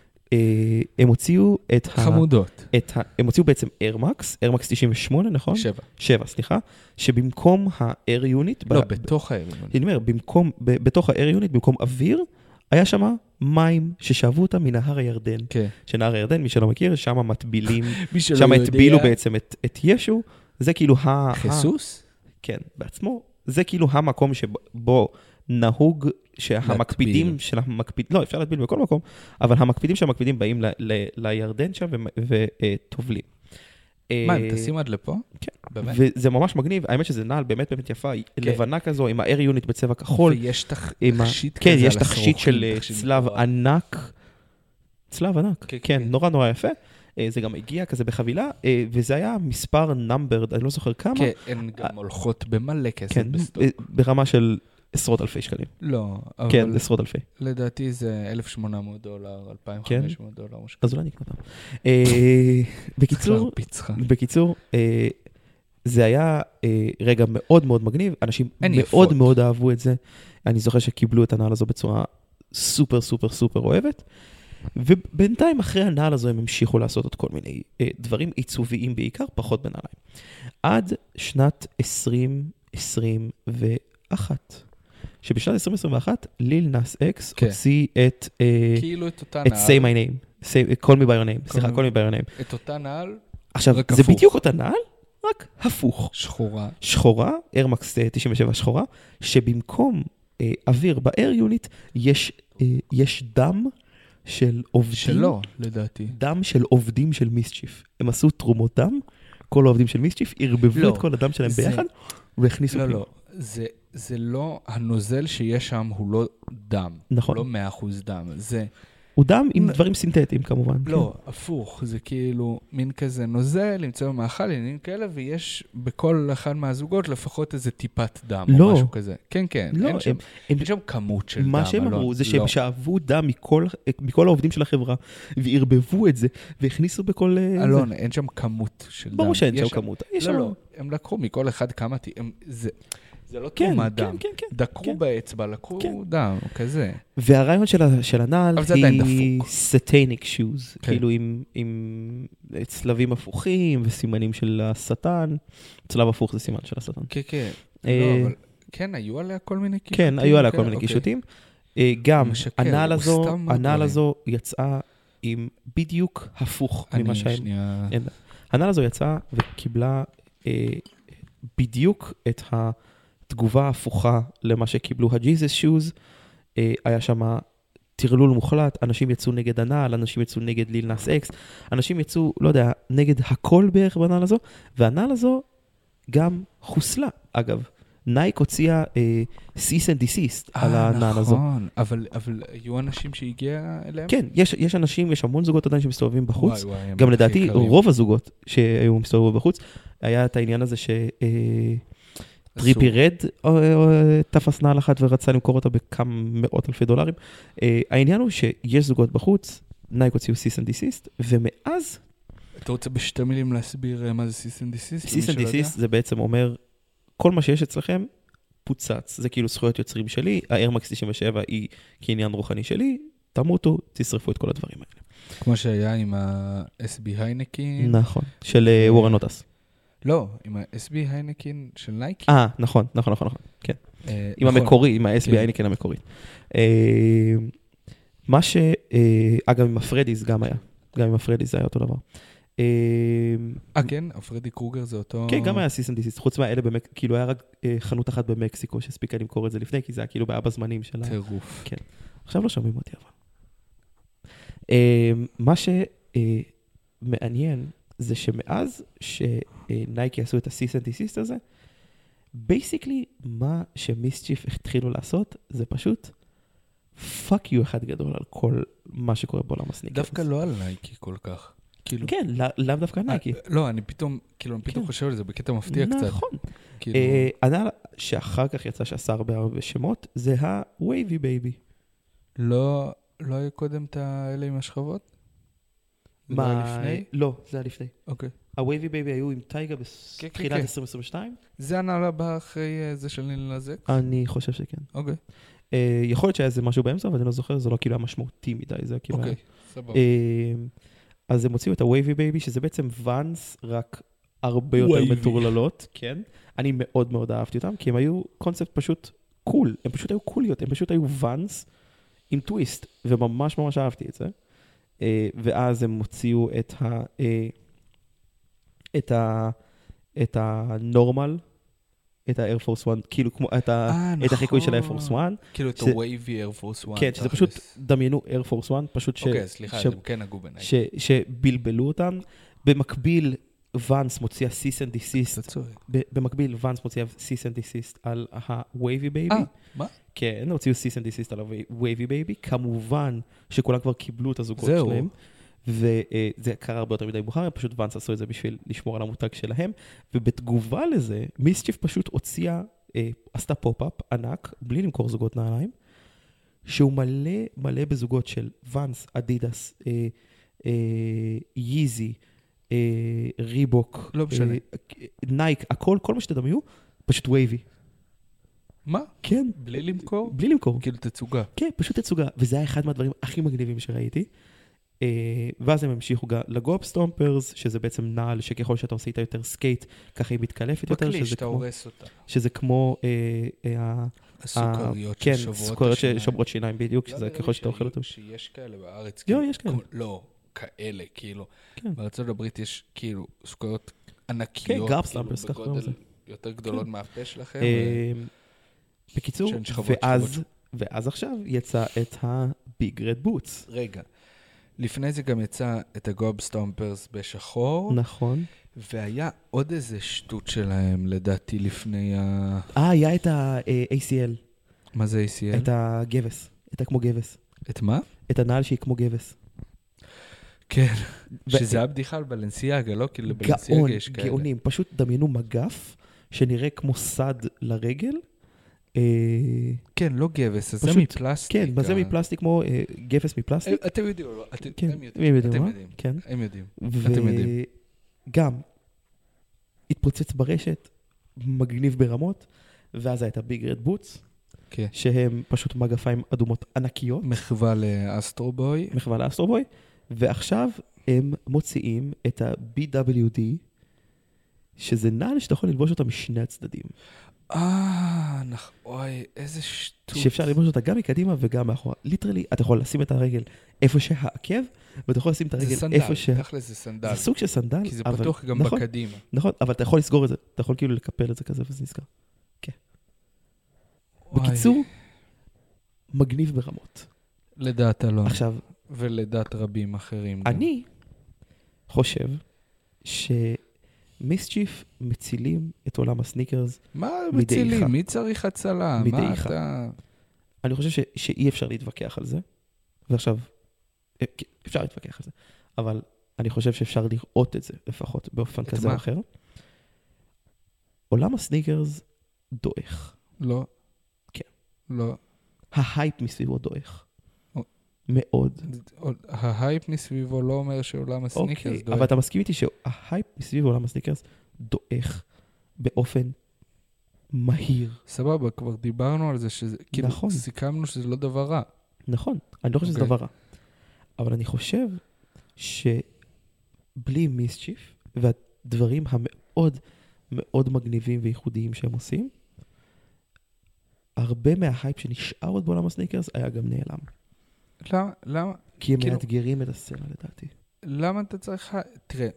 Speaker 1: הם הוציאו את
Speaker 2: חמודות.
Speaker 1: הם הוציאו בעצם Air Max 98, נכון? 7, סליחה. שבמקום ה-Air Unit...
Speaker 2: לא, בתוך ה-Air Unit.
Speaker 1: אני אומר, בתוך ה-Air Unit, במקום אוויר, היה שם מים ששאבו אותם מנהר הירדן. שנהר הירדן, מי שלא מכיר, שם מטבילים, שם הטבילו בעצם את ישו. זה כאילו
Speaker 2: חיסוס?
Speaker 1: כן, בעצמו. זה כאילו המקום שבו נהוג שהמקפידים של המקפידים, לא, אפשר להטביל בכל מקום, אבל המקפידים שהמקפידים באים לירדן שם וטובלים.
Speaker 2: מה, הם טסים עד לפה?
Speaker 1: כן, וזה ממש מגניב, האמת שזה נעל באמת באמת יפה, לבנה כזו, עם ה-Air Unit בצבע כחול.
Speaker 2: ויש תכשיט כזה
Speaker 1: כן, יש תכשיט של צלב ענק, צלב ענק, כן, נורא נורא יפה. זה גם הגיע כזה בחבילה, וזה היה מספר נאמברד, אני לא זוכר כמה.
Speaker 2: כן, הן גם הולכות במלא כסף בסטוק.
Speaker 1: ברמה של עשרות אלפי שקלים.
Speaker 2: לא, אבל...
Speaker 1: כן, עשרות אלפי.
Speaker 2: לדעתי זה $1,800, $2,500.
Speaker 1: אז אולי נקנה אותם. בקיצור, זה היה רגע מאוד מאוד מגניב, אנשים מאוד מאוד אהבו את זה. אני זוכר שקיבלו את הנעל הזו בצורה סופר סופר סופר אוהבת. ובינתיים אחרי הנעל הזו הם המשיכו לעשות עוד כל מיני דברים עיצוביים בעיקר, פחות בנעליים. עד שנת 2021, שבשנת 2021 ליל נאס אקס הוציא את Say My Name, Call Me By Your Name, סליחה, Call Me By Your Name.
Speaker 2: את אותה נעל,
Speaker 1: עכשיו, זה בדיוק אותה נעל, רק הפוך. שחורה, Air Max 97 שחורה, שבמקום אוויר ב-Air Unit יש דם של עובדים.
Speaker 2: שלא, לדעתי.
Speaker 1: דם של עובדים של מיסצ'יף. הם עשו תרומות דם, כל העובדים של מיסצ'יף, ערבבו את כל הדם שלהם ביחד, והכניסו פנימה.
Speaker 2: לא, זה לא, הנוזל שיש שם הוא לא דם. נכון. הוא לא 100% דם.
Speaker 1: הוא דם עם דברים סינתטיים כמובן.
Speaker 2: לא, הפוך. זה כאילו מין כזה נוזל, למצוא במאכל, עניינים כאלה, ויש בכל אחד מהזוגות לפחות איזה טיפת דם או משהו כזה. כן, כן. אין שם כמות של דם.
Speaker 1: מה שהם אמרו זה שהם שאבו דם מכל העובדים של החברה, וערבבו את זה, והכניסו בכל...
Speaker 2: אלון, אין שם כמות של דם.
Speaker 1: ברור שאין שם כמות.
Speaker 2: לא, הם לקחו מכל אחד כמה... זה לא תרומה דם. דקרו באצבע, לקחו דם, כזה.
Speaker 1: והרעיון של הנעל היא סטניק שוז, כאילו עם צלבים הפוכים וסימנים של השטן. צלב הפוך זה סימן של השטן.
Speaker 2: כן, כן. כן, היו עליה כל מיני קישוטים.
Speaker 1: כן, היו עליה כל מיני קישוטים. גם הנעל הזו יצאה עם בדיוק הפוך ממה שהם... הנעל הזו יצאה וקיבלה בדיוק את התגובה ההפוכה למה שקיבלו הג'יזס שוז. היה שם תרלול מוחלט, אנשים יצאו נגד הנעל, אנשים יצאו נגד ליל נאס אקס, אנשים יצאו, לא יודע, נגד הכל בערך בנעל הזו, והנעל הזו גם חוסלה, אגב. נייק הוציאה cease and desist על הענן הזו.
Speaker 2: נכון, אבל היו אנשים שהגיע אליהם?
Speaker 1: כן, יש אנשים, יש המון זוגות עדיין שמסתובבים בחוץ. גם לדעתי, רוב הזוגות שהיו מסתובבים בחוץ, היה את העניין הזה טריפי רד תפס נעל אחת ורצה למכור אותה בכמה מאות אלפי דולרים. העניין הוא שיש זוגות בחוץ, נייק הוציאו cease and desist, ומאז...
Speaker 2: אתה רוצה בשתי מילים להסביר מה זה cease and desist?
Speaker 1: cease and desist זה בעצם אומר, כל מה שיש אצלכם פוצץ, זה כאילו זכויות יוצרים שלי, ה-Air Max 97 היא כעניין רוחני שלי, תמותו, תשרפו את כל הדברים האלה.
Speaker 2: כמו שהיה עם ה-SB היינקין.
Speaker 1: נכון, של וורן אוטס.
Speaker 2: לא, עם ה-SB היינקין של נייקי.
Speaker 1: נכון, כן. עם המקורי, עם ה-SB היינקין המקורי. מה אגב, עם הפרדיס גם היה. גם עם הפרדיס זה היה אותו דבר.
Speaker 2: כן? הפרדי קרוגר זה אותו...
Speaker 1: כן, גם היה cease and desist. חוץ מהאלה, כאילו היה רק חנות אחת במקסיקו שהספיקה למכור את זה לפני, כי זה היה כאילו בעיה בזמנים שלה.
Speaker 2: טירוף.
Speaker 1: כן. עכשיו לא שומעים אותי אבל. מה שמעניין זה שמאז שנייקי עשו את ה-cease and desist הזה, basically מה שמיסצ'יף התחילו לעשות זה פשוט fuck you אחד גדול על כל מה שקורה בעולם הסניקרס.
Speaker 2: דווקא לא על נייקי כל כך.
Speaker 1: כן, לאו דווקא נייקי.
Speaker 2: לא, אני פתאום חושב על זה בקטע מפתיע קצת.
Speaker 1: נכון. הנעל שאחר כך יצא שעשה הרבה שמות, זה ה-Wavy Baby.
Speaker 2: לא היה קודם את האלה עם השכבות?
Speaker 1: מה? לא, זה היה לפני.
Speaker 2: אוקיי.
Speaker 1: ה-Wavy Baby היו עם טייגה בתחילת 2022?
Speaker 2: זה הנעל הבא אחרי זה של ניל נזק?
Speaker 1: אני חושב שכן.
Speaker 2: אוקיי.
Speaker 1: יכול להיות שהיה איזה משהו באמצע, אבל אני לא זוכר, זה לא כאילו המשמעותי מדי, זה כאילו...
Speaker 2: אוקיי, סבבה.
Speaker 1: אז הם הוציאו את ה-Wavy Baby, שזה בעצם ואנס, רק הרבה יותר מטורללות, כן? אני מאוד מאוד אהבתי אותם, כי הם היו קונספט פשוט קול, הם פשוט היו קוליות, הם פשוט היו ואנס עם טוויסט, וממש ממש אהבתי את זה. ואז הם הוציאו את הנורמל, את ה-Air Force One, כאילו כמו את החיקוי של ה-Air Force One.
Speaker 2: כאילו את ה-Wavy Air Force One.
Speaker 1: כן, שזה פשוט דמיינו Air Force One, פשוט
Speaker 2: אוקיי, סליחה, הם כן נגעו בעיניי.
Speaker 1: שבלבלו אותם. במקביל, ואנס מוציאה cease and desist. במקביל, ואנס מוציאה cease and desist על ה-Wavy Baby.
Speaker 2: מה?
Speaker 1: כן, הוציאו cease and desist על ה-Wavy Baby. כמובן שכולם כבר קיבלו את הזוגות שלהם. וזה קרה הרבה יותר מדי מאוחר, פשוט ואנס עשו את זה בשביל לשמור על המותג שלהם, ובתגובה לזה, מיסצ'יף פשוט הוציאה, עשתה פופ-אפ ענק, בלי למכור זוגות נעליים, שהוא מלא בזוגות של ואנס, אדידס, ייזי, ריבוק,
Speaker 2: לא משנה.
Speaker 1: נייק, כל מה שתדמיו, פשוט וייבי.
Speaker 2: מה?
Speaker 1: כן.
Speaker 2: בלי למכור?
Speaker 1: בלי למכור.
Speaker 2: כאילו תצוגה.
Speaker 1: כן, פשוט תצוגה, וזה היה אחד מהדברים הכי מגניבים שראיתי. ואז הם המשיכו לגוב סטומפרס, שזה בעצם נעל שככל שאתה עושה איתה יותר סקייט, ככה היא מתקלפת יותר.
Speaker 2: בכלי שאתה הורס אותה.
Speaker 1: שזה כמו...
Speaker 2: הסוכריות
Speaker 1: כן, סוכריות ששומרות שיניים בדיוק, שזה ככל שאתה אוכל אותו.
Speaker 2: שיש כאלה בארץ.
Speaker 1: לא, יש כאלה.
Speaker 2: לא, כאלה, כאילו. בארצות הברית יש כאילו סוכריות ענקיות.
Speaker 1: כן, גוב סטומפרס, ככה קוראים לזה.
Speaker 2: יותר גדולות מהפה שלכם.
Speaker 1: בקיצור, ואז עכשיו יצא את הביג רד בוטס.
Speaker 2: רגע. לפני זה גם יצא את הגוב סטומפרס בשחור.
Speaker 1: נכון.
Speaker 2: והיה עוד איזה שטות שלהם, לדעתי, לפני
Speaker 1: היה את ה-ACL.
Speaker 2: מה זה ACL?
Speaker 1: את הגבס. את כמו גבס.
Speaker 2: את מה?
Speaker 1: את הנעל שהיא כמו גבס.
Speaker 2: כן. שזה הבדיחה על בלנסיאגה, לא? כי לבלנסיאגה יש כאלה.
Speaker 1: גאונים. פשוט דמיינו מגף שנראה כמו סד לרגל.
Speaker 2: כן, לא גבס, זה מפלסטיק.
Speaker 1: כן, זה מפלסטיק כמו גבס מפלסטיק.
Speaker 2: אתם יודעים, לא?
Speaker 1: הם
Speaker 2: יודעים.
Speaker 1: וגם התפוצץ ברשת, מגניב ברמות, ואז הייתה ביג רד בוטס, שהם פשוט מגפיים אדומות ענקיות.
Speaker 2: מחווה לאסטרובוי.
Speaker 1: ועכשיו הם מוציאים את ה-BWD, שזה נעל שאתה יכול ללבוש אותה משני הצדדים.
Speaker 2: אוי, איזה שטות.
Speaker 1: שאפשר ללבוש אותה גם מקדימה וגם מאחורה. ליטרלי, אתה יכול לשים את הרגל איפה שהעקב, ואתה יכול לשים את הרגל איפה שה...
Speaker 2: זה תכל'ס זה סנדל.
Speaker 1: זה סוג של סנדל.
Speaker 2: כי זה פתוח גם בקדימה.
Speaker 1: נכון, אבל אתה יכול לסגור את זה. אתה יכול כאילו לקפל את זה כזה וזה נזכר. כן. בקיצור, מגניב ברמות.
Speaker 2: לדעת אלון.
Speaker 1: עכשיו...
Speaker 2: ולדעת רבים אחרים.
Speaker 1: אני חושב מיסצ'יף מצילים את עולם הסניקרס.
Speaker 2: מה מצילים? מי צריך הצלה? מה אתה...
Speaker 1: אני חושב שאי אפשר להתווכח על זה. ועכשיו, אפשר להתווכח על זה. אבל אני חושב שאפשר לראות את זה, לפחות, באופן כזה או אחר. עולם הסניקרס דועך.
Speaker 2: לא.
Speaker 1: כן.
Speaker 2: לא.
Speaker 1: ההייפ מסביבו דועך. מאוד.
Speaker 2: ההייפ מסביבו לא אומר שעולם הסניקרס דועך.
Speaker 1: אבל אתה מסכים איתי שההייפ מסביב עולם הסניקרס דועך באופן מהיר.
Speaker 2: סבבה, כבר דיברנו על זה, כאילו סיכמנו שזה לא דבר רע.
Speaker 1: נכון, אני לא חושב שזה דבר רע. אבל אני חושב שבלי מיסצ'יף והדברים המאוד מאוד מגניבים וייחודיים שהם עושים, הרבה מההייפ שנשאר עוד בעולם הסניקרס היה גם נעלם.
Speaker 2: למה?
Speaker 1: כי הם מאתגרים את הסצנה לדעתי.
Speaker 2: למה אתה צריך... תראה.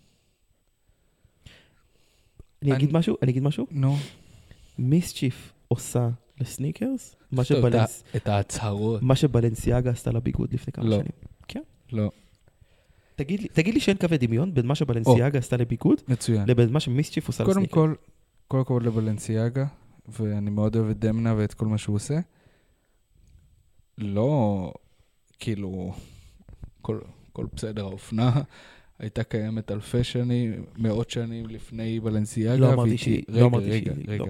Speaker 1: אני אגיד משהו?
Speaker 2: נו.
Speaker 1: מיסצ'יף עושה לסניקרס,
Speaker 2: את ההצהרות.
Speaker 1: מה שבלנסיאגה עשתה לביגוד לפני כמה שנים. כן?
Speaker 2: לא.
Speaker 1: תגיד לי שאין קווי דמיון בין מה שבלנסיאגה עשתה לביגוד, לבין מה שמיסצ'יף עושה לסניקרס.
Speaker 2: קודם כל לבלנסיאגה, ואני מאוד אוהב את דמנה ואת כל מה שהוא עושה. לא, כאילו, כל בסדר, האופנה הייתה קיימת אלפי שנים, מאות שנים לפני בלנסיאגה.
Speaker 1: לא אמרתי שהיא.
Speaker 2: רגע.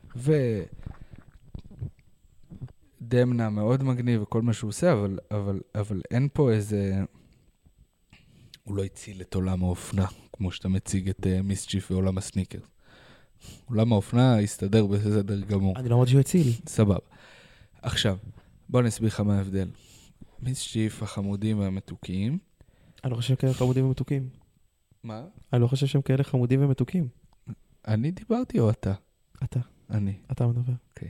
Speaker 2: ודמנה מאוד מגניב וכל מה שהוא עושה, אבל אין פה איזה... הוא לא הציל את עולם האופנה, כמו שאתה מציג את מיסצ'יף ועולם הסניקר. עולם האופנה הסתדר בסדר גמור.
Speaker 1: אני לא אמרתי שהוא הציל.
Speaker 2: סבבה. עכשיו, בוא נסביר לך מה ההבדל. מיסצ'יף, החמודים והמתוקים.
Speaker 1: אני לא חושב שהם כאלה חמודים ומתוקים.
Speaker 2: מה?
Speaker 1: אני לא חושב שהם כאלה חמודים ומתוקים.
Speaker 2: אני דיברתי או אתה?
Speaker 1: אתה.
Speaker 2: אני.
Speaker 1: אתה מדבר.
Speaker 2: אוקיי.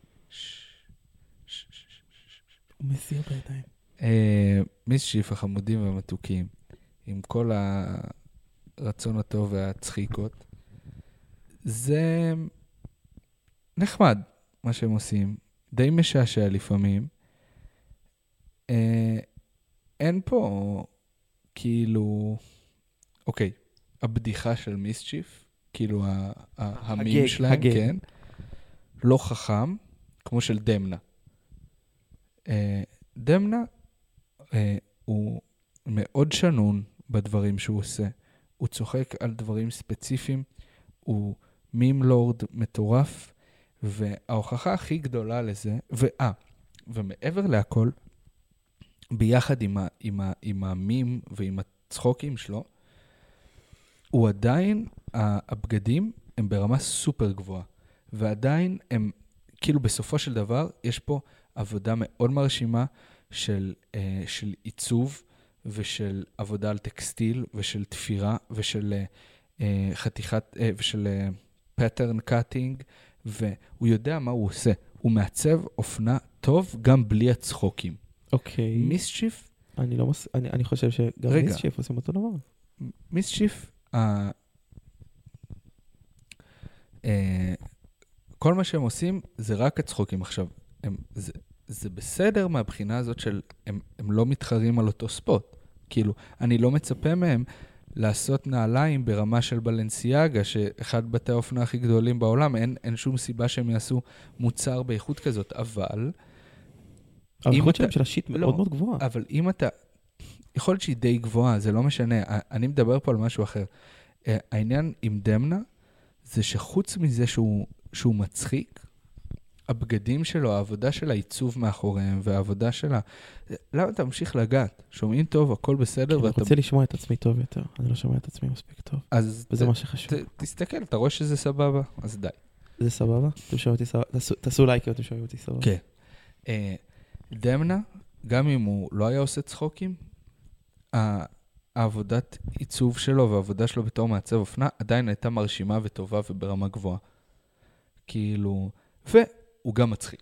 Speaker 1: הוא מסיר בידיים.
Speaker 2: מיסצ'יף, החמודים והמתוקים, עם כל הרצון הטוב והצחיקות, זה נחמד מה שהם עושים. די משעשע לפעמים. אין פה כאילו, אוקיי, הבדיחה של מיסצ'יף, כאילו המים שלהם, כן, לא חכם, כמו של דמנה. דמנה הוא מאוד שנון בדברים שהוא עושה. הוא צוחק על דברים ספציפיים, הוא מים לורד מטורף, וההוכחה הכי גדולה לזה, ומעבר להכל, ביחד עם המים ועם הצחוקים שלו, הוא עדיין, הבגדים הם ברמה סופר גבוהה, ועדיין הם, כאילו בסופו של דבר, יש פה עבודה מאוד מרשימה של עיצוב, ושל עבודה על טקסטיל, ושל תפירה, ושל חתיכת, ושל pattern cutting, והוא יודע מה הוא עושה. הוא מעצב אופנה טוב גם בלי הצחוקים.
Speaker 1: אוקיי.
Speaker 2: מיסצ'יף?
Speaker 1: אני חושב שגם מיסצ'יף עושים אותו דבר.
Speaker 2: מיסצ'יף, כל מה שהם עושים זה רק הצחוקים. עכשיו, זה בסדר מהבחינה הזאת של, הם לא מתחרים על אותו ספוט. כאילו, אני לא מצפה מהם לעשות נעליים ברמה של בלנסיאגה, שאחד בתי האופנה הכי גדולים בעולם, אין שום סיבה שהם יעשו מוצר באיכות כזאת, אבל...
Speaker 1: האיכות שלהם של השיט מאוד מאוד גבוהה.
Speaker 2: אבל אם אתה... יכול להיות שהיא די גבוהה, זה לא משנה. אני מדבר פה על משהו אחר. העניין עם דמנה, זה שחוץ מזה שהוא מצחיק, הבגדים שלו, העבודה של העיצוב מאחוריהם, והעבודה שלה... למה אתה ממשיך לגעת? שומעים טוב, הכל בסדר,
Speaker 1: אני רוצה לשמוע את עצמי טוב יותר. אני לא שומע את עצמי מספיק טוב. וזה מה שחשוב.
Speaker 2: תסתכל, אתה רואה שזה סבבה? אז די.
Speaker 1: זה סבבה? אתם שומעים אותי סבבה? תעשו לייק אם אתם שומעים אותי סבבה.
Speaker 2: כן. דמנה, גם אם הוא לא היה עושה צחוקים, העבודת עיצוב שלו והעבודה שלו בתור מעצב אופנה עדיין הייתה מרשימה וטובה וברמה גבוהה. כאילו... והוא גם מצחיק.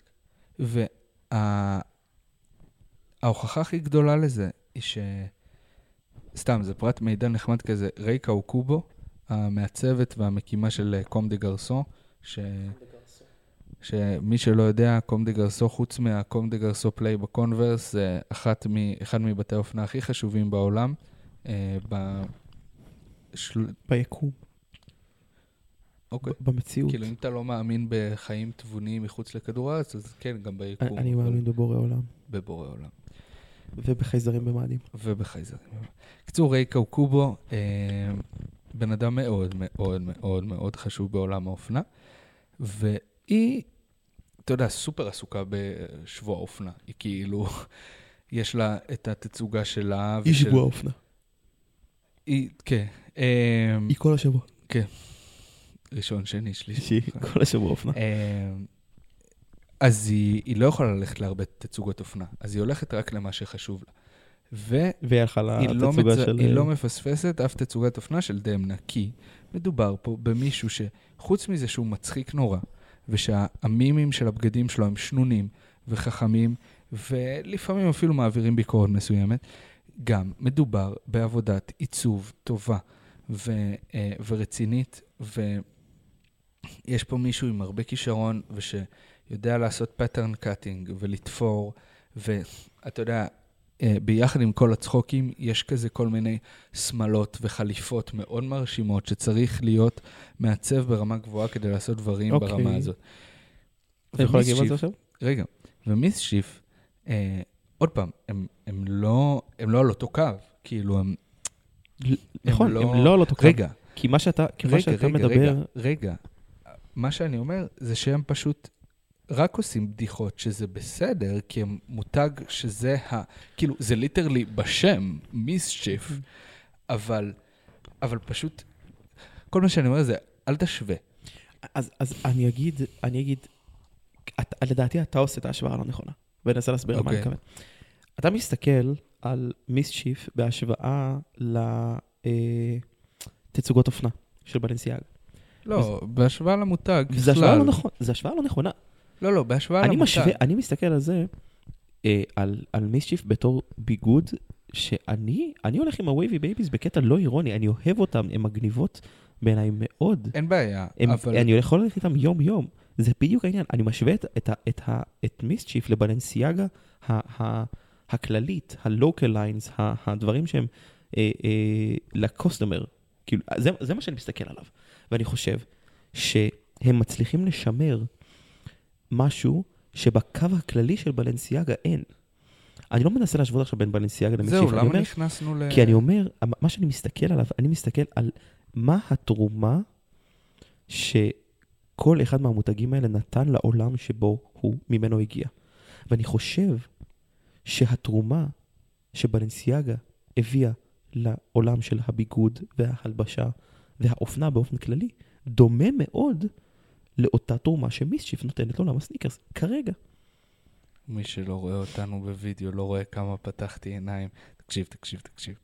Speaker 2: וההוכחה הכי גדולה לזה היא סתם, זה פרט מידע נחמד כזה, רייקה אוקובו, המעצבת והמקימה של קום דה גרסו, שמי שלא יודע, קום דה גרסו, חוץ מהקום דה גרסו פליי בקונברס, זה אחד מבתי האופנה הכי חשובים בעולם.
Speaker 1: ביקום.
Speaker 2: אוקיי.
Speaker 1: במציאות.
Speaker 2: כאילו, אם אתה לא מאמין בחיים תבוניים מחוץ לכדור הארץ, אז כן, גם ביקום.
Speaker 1: אני מאמין בבורא עולם.
Speaker 2: בבורא עולם.
Speaker 1: ובחייזרים במאדים.
Speaker 2: ובחייזרים. קצור, ריי קאוקובו, בן אדם מאוד מאוד מאוד מאוד חשוב בעולם האופנה, והיא, אתה יודע, סופר עסוקה בשבוע האופנה. היא כאילו, יש לה את התצוגה שלה.
Speaker 1: היא שבוע האופנה.
Speaker 2: היא, כן.
Speaker 1: היא כל השבוע.
Speaker 2: כן. ראשון, שני, שלישי.
Speaker 1: כל השבוע אופנה.
Speaker 2: אז היא לא יכולה ללכת להרבה תצוגות אופנה, אז היא הולכת רק למה שחשוב לה. והיא לא מפספסת אף תצוגת אופנה של דמנה, כי מדובר פה במישהו שחוץ מזה שהוא מצחיק נורא, ושהמימים של הבגדים שלו הם שנונים וחכמים, ולפעמים אפילו מעבירים ביקורת מסוימת, גם מדובר בעבודת עיצוב טובה ורצינית, ויש פה מישהו עם הרבה כישרון, ושיודע לעשות pattern cutting ולתפור, ואתה יודע, ביחד עם כל הצחוקים, יש כזה כל מיני סמלות וחליפות מאוד מרשימות, שצריך להיות מעצב ברמה גבוהה כדי לעשות דברים ברמה הזאת.
Speaker 1: אתה יכול להגיד מה זה עכשיו?
Speaker 2: רגע, ומיסשיף, עוד פעם, הם לא על אותו קו, כאילו הם...
Speaker 1: נכון, הם לא על אותו קו.
Speaker 2: רגע.
Speaker 1: כי מה שאתה מדבר...
Speaker 2: רגע, מה שאני אומר זה שהם פשוט רק עושים בדיחות שזה בסדר, כי הם מותג שזה כאילו, זה ליטרלי בשם, מיסשיף, אבל פשוט, כל מה שאני אומר זה, אל תשווה.
Speaker 1: אז אני אגיד, לדעתי אתה עושה את ההשוואה הלא נכונה, וננסה להסביר על מה אני מתכוון. אתה מסתכל על מיסשיף בהשוואה לתצוגות אופנה של בלנסיאגה.
Speaker 2: לא, בהשוואה למותג.
Speaker 1: זה השוואה לא נכונה.
Speaker 2: לא, בהשוואה למותג.
Speaker 1: אני מסתכל על זה, על מיסשיף בתור ביגוד, שאני הולך עם הווייבי בייביז בקטע לא אירוני, אני אוהב אותם, הן מגניבות בעיניי מאוד.
Speaker 2: אין בעיה,
Speaker 1: אבל... אני יכול ללכת איתם יום-יום, זה בדיוק העניין. אני משווה את מיסשיף לבלנסיאגה הכללית, הלוקל ליינס, הדברים שהם לקוסטומר. כאילו, זה מה שאני מסתכל עליו. ואני חושב שהם מצליחים לשמר משהו שבקו הכללי של בלנסיאגה אין. אני לא מנסה להשוות עכשיו בין בלנסיאגה למיסשיף.
Speaker 2: זהו, למה נכנסנו
Speaker 1: כי אני אומר, מה שאני מסתכל עליו, אני מסתכל על מה התרומה שכל אחד מהמותגים האלה נתן לעולם שבו הוא ממנו הגיע. ואני חושב שהתרומה שבלנסיאגה הביאה לעולם של הביגוד וההלבשה והאופנה באופן כללי, דומה מאוד לאותה תרומה שמיסשיף נותנת לעולם הסניקרס, כרגע.
Speaker 2: מי שלא רואה אותנו בווידאו, לא רואה כמה פתחתי עיניים. תקשיב.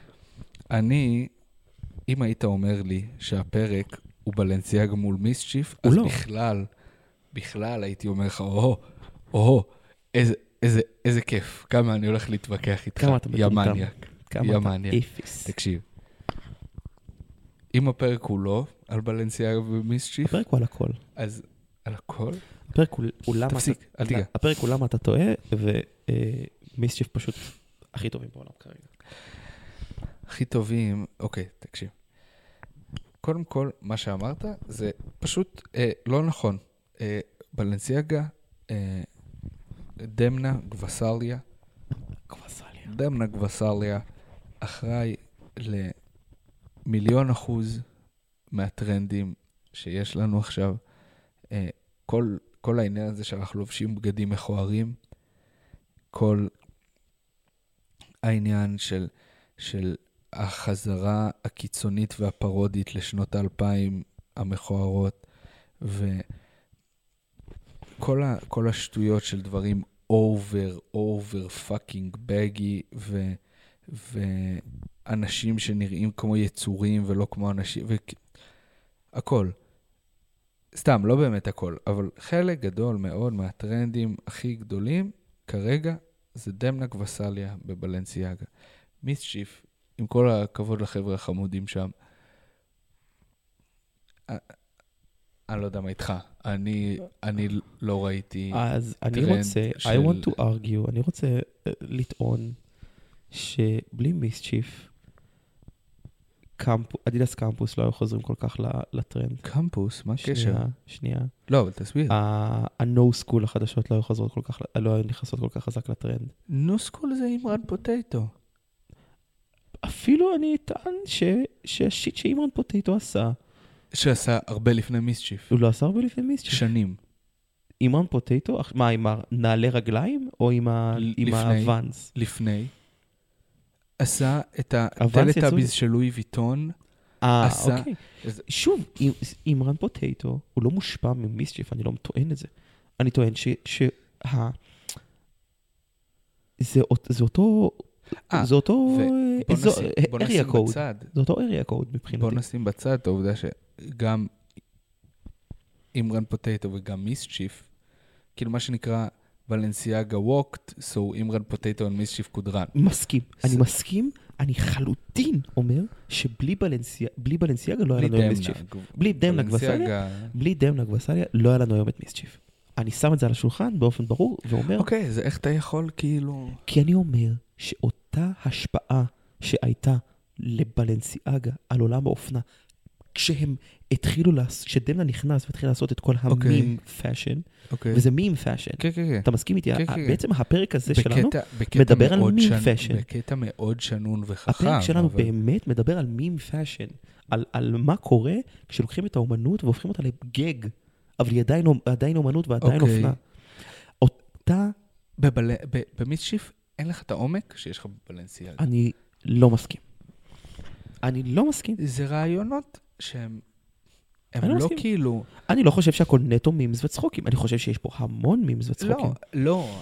Speaker 2: אם היית אומר לי שהפרק הוא בלנסיאגה מול מיסשיף, אז בכלל הייתי אומר לך, איזה כיף, כמה אני הולך להתווכח איתך. יא מניאק. תקשיב. אם הפרק הוא לא על בלנסיאגה ומיסשיף,
Speaker 1: הפרק הוא על הכל.
Speaker 2: אז על הכל?
Speaker 1: תפסיק, אל תיגע. הפרק הוא למה אתה טועה, ומיסשיף פשוט הכי טובים בעולם כרגע.
Speaker 2: הכי טובים, אוקיי, תקשיב. קודם כל, מה שאמרת זה פשוט לא נכון. בלנסיאגה, דמנה גווסליה, אחראי ל1,000,000% מהטרנדים שיש לנו עכשיו. כל העניין הזה שאנחנו לובשים בגדים מכוערים, כל העניין של החזרה הקיצונית והפרודית לשנות ה-2000 המכוערות, וכל השטויות של דברים over fucking baggy, ואנשים שנראים כמו יצורים ולא כמו אנשים, הכל. סתם, לא באמת הכל, אבל חלק גדול מאוד מהטרנדים הכי גדולים, כרגע, זה דמנה גווסליה בבלנסיאגה. מיסשיף, עם כל הכבוד לחבר'ה החמודים שם, אני לא יודע מה איתך, אני לא ראיתי
Speaker 1: אז אני רוצה, I want to argue, אני רוצה לטעון שבלי מיסשיף, אדידס קמפוס לא היו חוזרים כל כך לטרנד.
Speaker 2: קמפוס? מה הקשר?
Speaker 1: שנייה.
Speaker 2: לא, אבל תסביר.
Speaker 1: ה-No School החדשות לא היו חוזרות כל כך, לא היו נכנסות כל כך חזק לטרנד.
Speaker 2: No School זה אימרן פוטטו.
Speaker 1: אפילו אני אטען שהשיט שאימרן פוטטו עשה.
Speaker 2: שעשה הרבה לפני מיסצ'יף.
Speaker 1: הוא לא עשה הרבה לפני מיסצ'יף.
Speaker 2: שנים.
Speaker 1: אימרן פוטטו? מה, עם הנעלי רגליים או עם הוואנס?
Speaker 2: לפני. עשה את הטלטאביז של לואי ויטון.
Speaker 1: אוקיי. שוב, אימרן פוטטו, הוא לא מושפע ממיסצ'יף, אני לא טוען את זה. אני טוען זה אותו area code. זה אותו area code מבחינתי.
Speaker 2: בוא נשים בצד את העובדה שגם אימרן פוטטו וגם מיסצ'יף, כאילו מה שנקרא ולנסיאגה walked, so אימרן פוטטו and מיסצ'יף could run.
Speaker 1: מסכים. אני מסכים. אני חלוטין אומר שבלי בלנסיאגה לא היה לנו היום מיסצ'יף. בלי דמנק וסליה לא היה לנו היום את מיסצ'יף. אני שם את זה על השולחן באופן ברור ואומר...
Speaker 2: אוקיי, זה איך אתה יכול כאילו...
Speaker 1: כי אני אומר שאותה השפעה שהייתה לבלנסיאגה על עולם האופנה, כשהם התחילו, שדמנה נכנס והתחיל לעשות את כל המים פאשן, וזה מים פאשן. אתה מסכים איתי? בעצם הפרק הזה שלנו מדבר על מים פאשן.
Speaker 2: בקטע מאוד שנון וחכם.
Speaker 1: הפרק שלנו באמת מדבר על מים פאשן, על מה קורה כשלוקחים את האומנות והופכים אותה לגג, אבל היא עדיין אומנות ועדיין אופנה. אותה...
Speaker 2: במיסצ'יף אין לך את העומק שיש לך בבלנסיאגה.
Speaker 1: אני לא מסכים.
Speaker 2: זה רעיונות שהם לא כאילו...
Speaker 1: אני לא חושב שהכל נטו מימס וצחוקים. אני חושב שיש פה המון מימס וצחוקים.
Speaker 2: לא.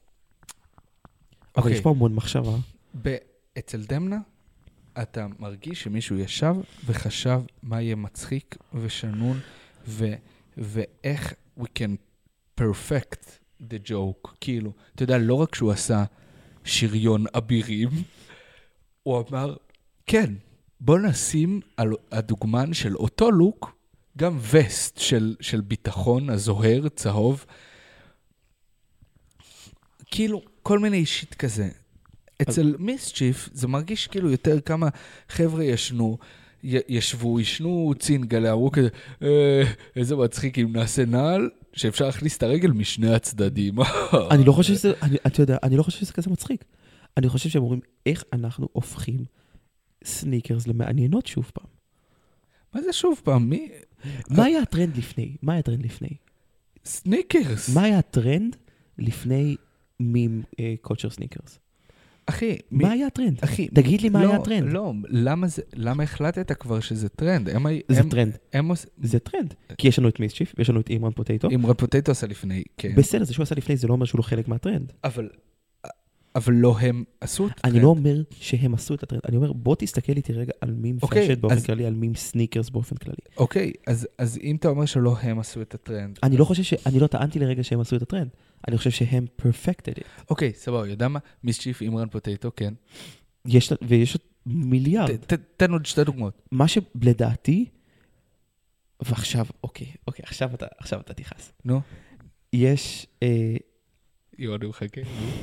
Speaker 1: אבל יש פה המון מחשבה.
Speaker 2: אצל דמנה, אתה מרגיש שמישהו ישב וחשב מה יהיה מצחיק ושנון, ואיך we can perfect the joke. כאילו, אתה יודע, לא רק שהוא עשה שריון אבירים, הוא אמר, כן, בוא נשים על הדוגמן של אותו לוק, גם וסט של ביטחון, הזוהר, צהוב. כאילו, כל מיני אישית כזה. אצל מיסצ'יף זה מרגיש כאילו יותר כמה חבר'ה ישנו צינגלה, אמרו כזה, איזה מצחיק אם נעשה נעל, שאפשר להכניס את הרגל משני הצדדים.
Speaker 1: אני לא חושב שזה, אתה יודע, אני לא חושב שזה כזה מצחיק. אני חושב שהם אומרים, איך אנחנו הופכים סניקרס למעניינות שוב פעם.
Speaker 2: מה זה שוב פעם?
Speaker 1: מה היה הטרנד לפני?
Speaker 2: סניקרס.
Speaker 1: מה היה הטרנד לפני מים קולצ'ר סניקרס?
Speaker 2: אחי,
Speaker 1: מה היה הטרנד? תגיד לי מה היה הטרנד.
Speaker 2: לא, למה החלטת כבר שזה טרנד?
Speaker 1: זה טרנד. כי יש לנו את מיסצ'יף, ויש לנו את אימרן פוטטו.
Speaker 2: אימרן פוטטו עשה לפני, כן.
Speaker 1: בסדר, זה שהוא עשה לפני, זה לא אומר שהוא לא חלק מהטרנד.
Speaker 2: אבל לא הם עשו את הטרנד.
Speaker 1: אני לא אומר שהם עשו את הטרנד. אני אומר, בוא תסתכל איתי רגע על מים פאשן באופן כללי, על מים סניקרס באופן כללי.
Speaker 2: אוקיי, אז אם אתה אומר שלא הם עשו את הטרנד.
Speaker 1: אני לא טענתי לרגע שהם עשו את הטרנד. אני חושב שהם perfected it.
Speaker 2: אוקיי, סבבה, יודע מה? מיסצ'יף, אימרן פוטטו, כן.
Speaker 1: ויש עוד מיליארד.
Speaker 2: תן עוד 2 דוגמאות.
Speaker 1: מה שלדעתי, ועכשיו, אוקיי, עכשיו אתה תיחס.
Speaker 2: נו.
Speaker 1: יש...
Speaker 2: אני מחכה.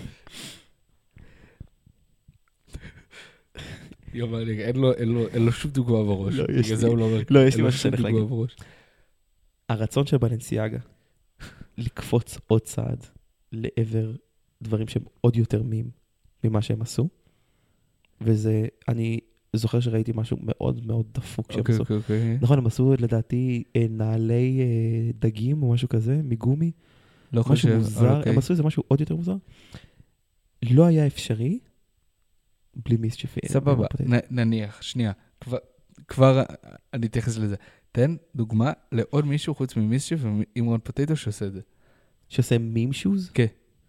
Speaker 2: אין לו שום דוגמה בראש.
Speaker 1: לא, יש לי משהו שאני להגיד. הרצון של בלנסיאגה לקפוץ עוד צעד לעבר דברים שהם עוד יותר ממה שהם עשו. וזה, אני זוכר שראיתי משהו מאוד מאוד דפוק שהם עשו. נכון, הם עשו לדעתי נעלי דגים או משהו כזה, מגומי.
Speaker 2: לא חושב.
Speaker 1: משהו מוזר, הם עשו איזה משהו עוד יותר מוזר. לא היה אפשרי בלי מיסצ'יף.
Speaker 2: סבבה, נניח, שנייה. כבר אני אתייחס לזה. תן דוגמה לעוד מישהו חוץ ממיסצ'יף ואימרן פוטטו שעושה את זה.
Speaker 1: שעושה מים שוז?
Speaker 2: כן.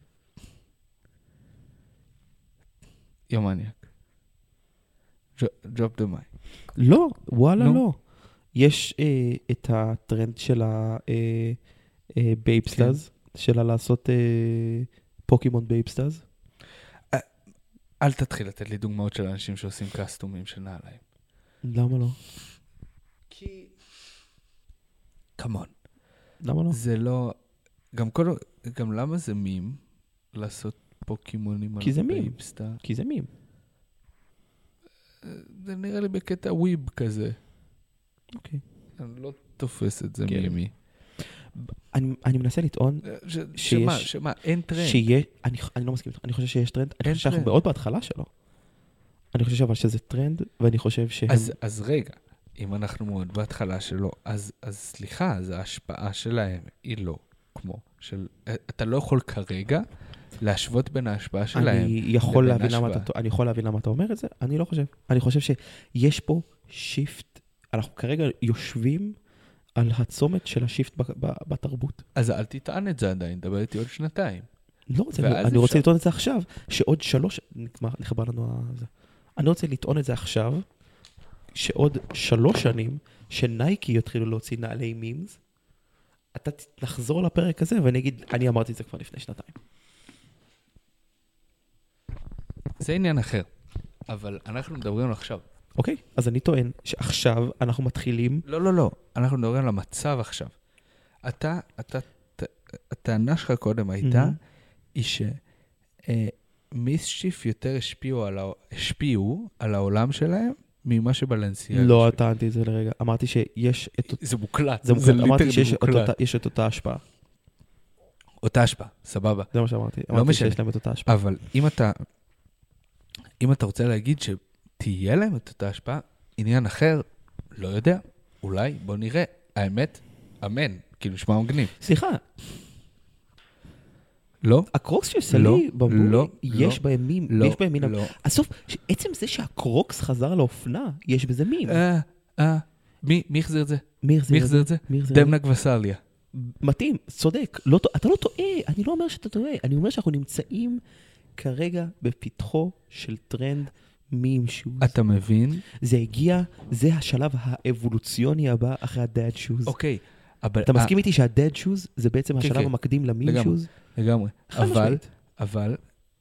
Speaker 2: יומניאק. drop the mic.
Speaker 1: לא, וואלה לא. יש את הטרנד של הבייבסטאז, שלה לעשות פוקימון בייבסטאז.
Speaker 2: אל תתחיל לתת לי דוגמאות של אנשים שעושים קסטומים של נעליים.
Speaker 1: למה לא?
Speaker 2: כי... כמון.
Speaker 1: למה לא?
Speaker 2: זה לא... גם למה זה מים לעשות פוקימונים על בייבסטאר?
Speaker 1: כי זה מים.
Speaker 2: זה נראה לי בקטע וויב כזה.
Speaker 1: אוקיי.
Speaker 2: אני לא תופס את זה מימי.
Speaker 1: אני מנסה לטעון
Speaker 2: שמה, אין טרנד.
Speaker 1: אני לא מסכים, אני חושב שיש טרנד, אני חושב שאנחנו מאוד בהתחלה שלו. אני חושב אבל שזה טרנד, ואני חושב שהם...
Speaker 2: אז רגע, אם אנחנו מאוד בהתחלה שלו, אז סליחה, אז ההשפעה שלהם היא לא כמו של... אתה לא יכול כרגע להשוות בין ההשפעה שלהם.
Speaker 1: אני יכול להבין למה אתה אומר את זה, אני לא חושב. אני חושב שיש פה שיפט, אנחנו כרגע יושבים על הצומת של השיפט בתרבות.
Speaker 2: אז אל תטען את זה עדיין, דבר איתי עוד שנתיים.
Speaker 1: לא, אני רוצה לטעון את זה עכשיו, שעוד 3, נחבר לנו זה. אני רוצה לטעון את זה עכשיו, שעוד 3 שנים, שנייקי יתחילו להוציא נעלי מימס, אתה תחזור לפרק הזה, ואני אגיד, אני אמרתי את זה כבר לפני 2 שנתיים.
Speaker 2: זה עניין אחר, אבל אנחנו מדברים על עכשיו.
Speaker 1: אוקיי, אז אני טוען שעכשיו אנחנו מתחילים...
Speaker 2: לא, אנחנו מדברים על המצב עכשיו. הטענה שלך קודם הייתה, היא שמיסשיף יותר השפיעו על העולם שלהם, ממה שבלנסיאגה.
Speaker 1: לא טענתי את זה לרגע, אמרתי שיש...
Speaker 2: זה מוקלט,
Speaker 1: זה אמרתי שיש את אותה השפעה.
Speaker 2: אותה השפעה, סבבה.
Speaker 1: זה מה שאמרתי,
Speaker 2: אמרתי
Speaker 1: שיש להם את אותה השפעה.
Speaker 2: אבל אם אתה רוצה להגיד שתהיה להם את אותה השפעה, עניין אחר, לא יודע, אולי, בוא נראה. האמת, אמן, כאילו נשמע מגניב.
Speaker 1: סליחה.
Speaker 2: לא.
Speaker 1: הקרוקס של סלי, במבוי, יש בהם מים, יש בהם מין... הסוף, עצם זה שהקרוקס חזר לאופנה, יש בזה מים.
Speaker 2: מי החזיר את זה?
Speaker 1: מי החזיר את זה?
Speaker 2: דמנה גווסליה.
Speaker 1: מתאים, צודק. אתה לא טועה, אני לא אומר שאתה טועה, אני אומר שאנחנו נמצאים כרגע בפתחו של טרנד מים שוז.
Speaker 2: אתה מבין?
Speaker 1: זה הגיע, זה השלב האבולוציוני הבא אחרי הדד שוז.
Speaker 2: אוקיי.
Speaker 1: אתה מסכים איתי שהדד שוז זה בעצם השלב המקדים למים שוז?
Speaker 2: לגמרי. אבל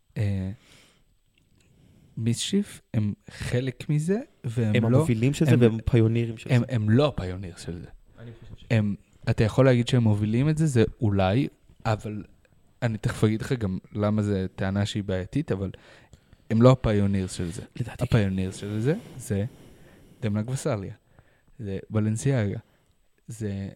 Speaker 2: מיסשיף הם חלק מזה, והם
Speaker 1: הם המובילים של זה והם פיונירים של זה.
Speaker 2: הם לא הפיוניר של זה. אתה יכול להגיד שהם מובילים את זה, זה אולי, אבל אני תכף אגיד לך גם למה זה טענה שהיא בעייתית, אבל הם לא הפיוניר של זה. הפיוניר של זה זה דמנה גווסליה. זה בלנסיאגה. זה...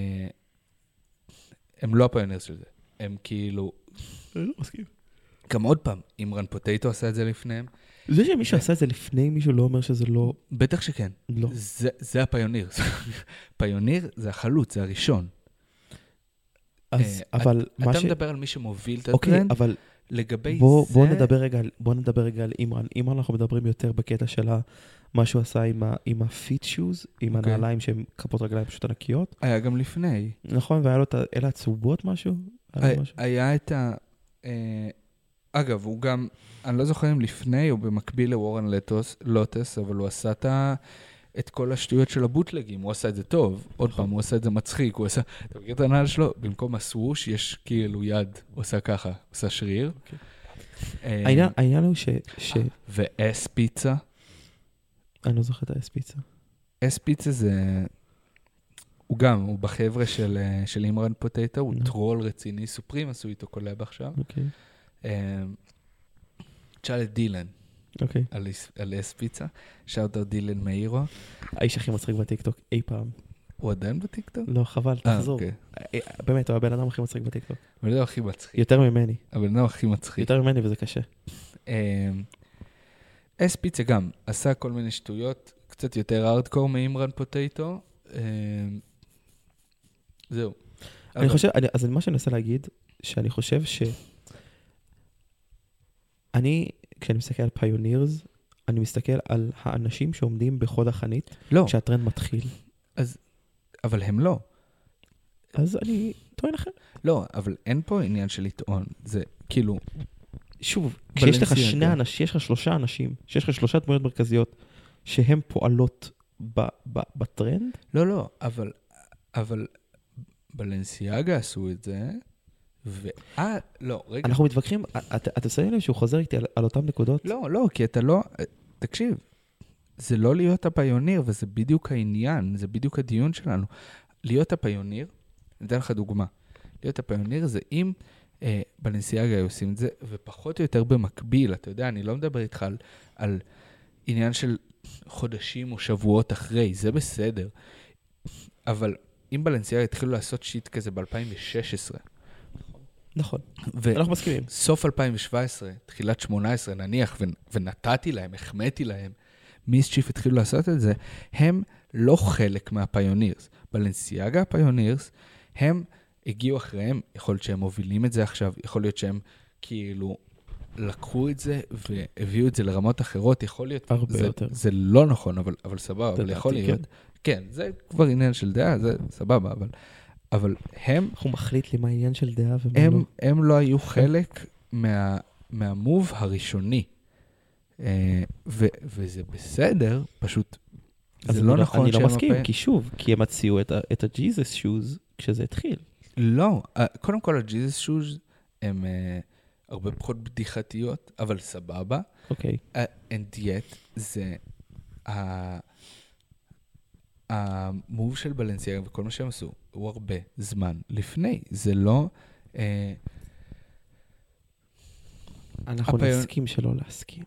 Speaker 2: הם לא הפיוניר של זה. הם כאילו...
Speaker 1: אני לא מסכים.
Speaker 2: גם עוד פעם, אימרן פוטטו עשה את זה לפניהם.
Speaker 1: זה שמישהו עשה את זה לפני, מישהו לא אומר שזה לא...
Speaker 2: בטח שכן.
Speaker 1: לא.
Speaker 2: זה הפיוניר. פיוניר זה החלוץ, זה הראשון.
Speaker 1: אז, אבל...
Speaker 2: אתה מדבר על מי שמוביל את הטרנד?
Speaker 1: אוקיי, אבל...
Speaker 2: לגבי זה...
Speaker 1: בוא נדבר רגע על אימרן. אימרן אנחנו מדברים יותר בקטע שלה, מה שהוא עשה עם הפיט שוז, עם הנעליים שהן כפות רגליים פשוט ענקיות.
Speaker 2: היה גם לפני.
Speaker 1: נכון, והיה לו אלה הצהובות משהו?
Speaker 2: היה את ה... אגב, הוא גם, אני לא זוכר אם לפני או במקביל לוורן לוטס, אבל הוא עשה את כל השטויות של הבוטלגים, הוא עשה את זה טוב, עוד פעם, הוא עשה את זה מצחיק, הוא עשה, אתה מכיר את הנעל שלו? במקום הסווש יש כאילו יד, הוא עשה ככה, הוא עשה שריר.
Speaker 1: העניין הוא
Speaker 2: ואס פיצה.
Speaker 1: אני לא זוכר את האס פיצה.
Speaker 2: אס פיצה זה... הוא בחבר'ה של אימרן פוטטו, הוא טרול רציני, סופרים עשו איתו קולאב עכשיו. תשאל את דילן על אס פיצה, שאוט אאוט דילן מאירו.
Speaker 1: האיש הכי מצחיק בטיקטוק אי פעם.
Speaker 2: הוא עדיין בטיקטוק?
Speaker 1: לא, חבל, תחזור. באמת, הוא הבן אדם הכי מצחיק בטיקטוק.
Speaker 2: הבן אדם הכי מצחיק.
Speaker 1: יותר ממני.
Speaker 2: הבן אדם הכי מצחיק.
Speaker 1: יותר ממני וזה קשה.
Speaker 2: אס פיצה גם עשה כל מיני שטויות, קצת יותר הארדקור מאימרן פוטטו. זהו.
Speaker 1: אני חושב, אז מה שאני מנסה להגיד, שאני חושב כשאני מסתכל על פיונירס, אני מסתכל על האנשים שעומדים בחוד החנית, כשהטרנד מתחיל.
Speaker 2: אבל הם לא.
Speaker 1: אז אני טוען אחר.
Speaker 2: לא, אבל אין פה עניין של לטעון. זה כאילו...
Speaker 1: שוב, כשיש לך 3 אנשים, שיש לך 3 דמויות מרכזיות, שהן פועלות בטרנד?
Speaker 2: לא, אבל בלנסיאגה עשו את זה, לא, רגע.
Speaker 1: אנחנו מתווכחים, אתה שמים לי שהוא חוזר איתי על אותם נקודות?
Speaker 2: לא, כי אתה לא, תקשיב, זה לא להיות הפיוניר, וזה בדיוק העניין, זה בדיוק הדיון שלנו. להיות הפיוניר, אני אתן לך דוגמה, להיות הפיוניר זה אם בלנסיאגה עושים את זה, ופחות או יותר במקביל, אתה יודע, אני לא מדבר איתך על עניין של חודשים או שבועות אחרי, זה בסדר. אבל אם בלנסיאגה התחילו לעשות שיט כזה ב-2016.
Speaker 1: נכון, אנחנו מסכימים.
Speaker 2: סוף 2017, תחילת 18 נניח, ונתתי להם, החמאתי להם, מיסצ'יף התחילו לעשות את זה, הם לא חלק מהפיונירס. בלנסיאגה הפיונירס, הם הגיעו אחריהם, יכול להיות שהם מובילים את זה עכשיו, יכול להיות שהם כאילו לקחו את זה והביאו את זה לרמות אחרות, יכול להיות,
Speaker 1: הרבה יותר.
Speaker 2: זה לא נכון, אבל סבבה, אבל יכול להיות. כן, זה כבר עניין של דעה, זה סבבה, אבל הם...
Speaker 1: הוא מחליט לי מה העניין של דעה
Speaker 2: הם לא היו חלק מהמוב הראשוני. וזה בסדר, פשוט זה לא נכון
Speaker 1: אני לא מסכים, כי שוב, כי הם הציעו את ה-Jesus shoes כשזה התחיל.
Speaker 2: לא, קודם כל ה-Jesus shoes הם הרבה פחות בדיחתיות, אבל סבבה.
Speaker 1: אוקיי.
Speaker 2: And yet זה המוב של בלנסיאגה וכל מה שהם עשו, הוא הרבה זמן לפני. זה לא...
Speaker 1: אנחנו נסכים שלא להסכים.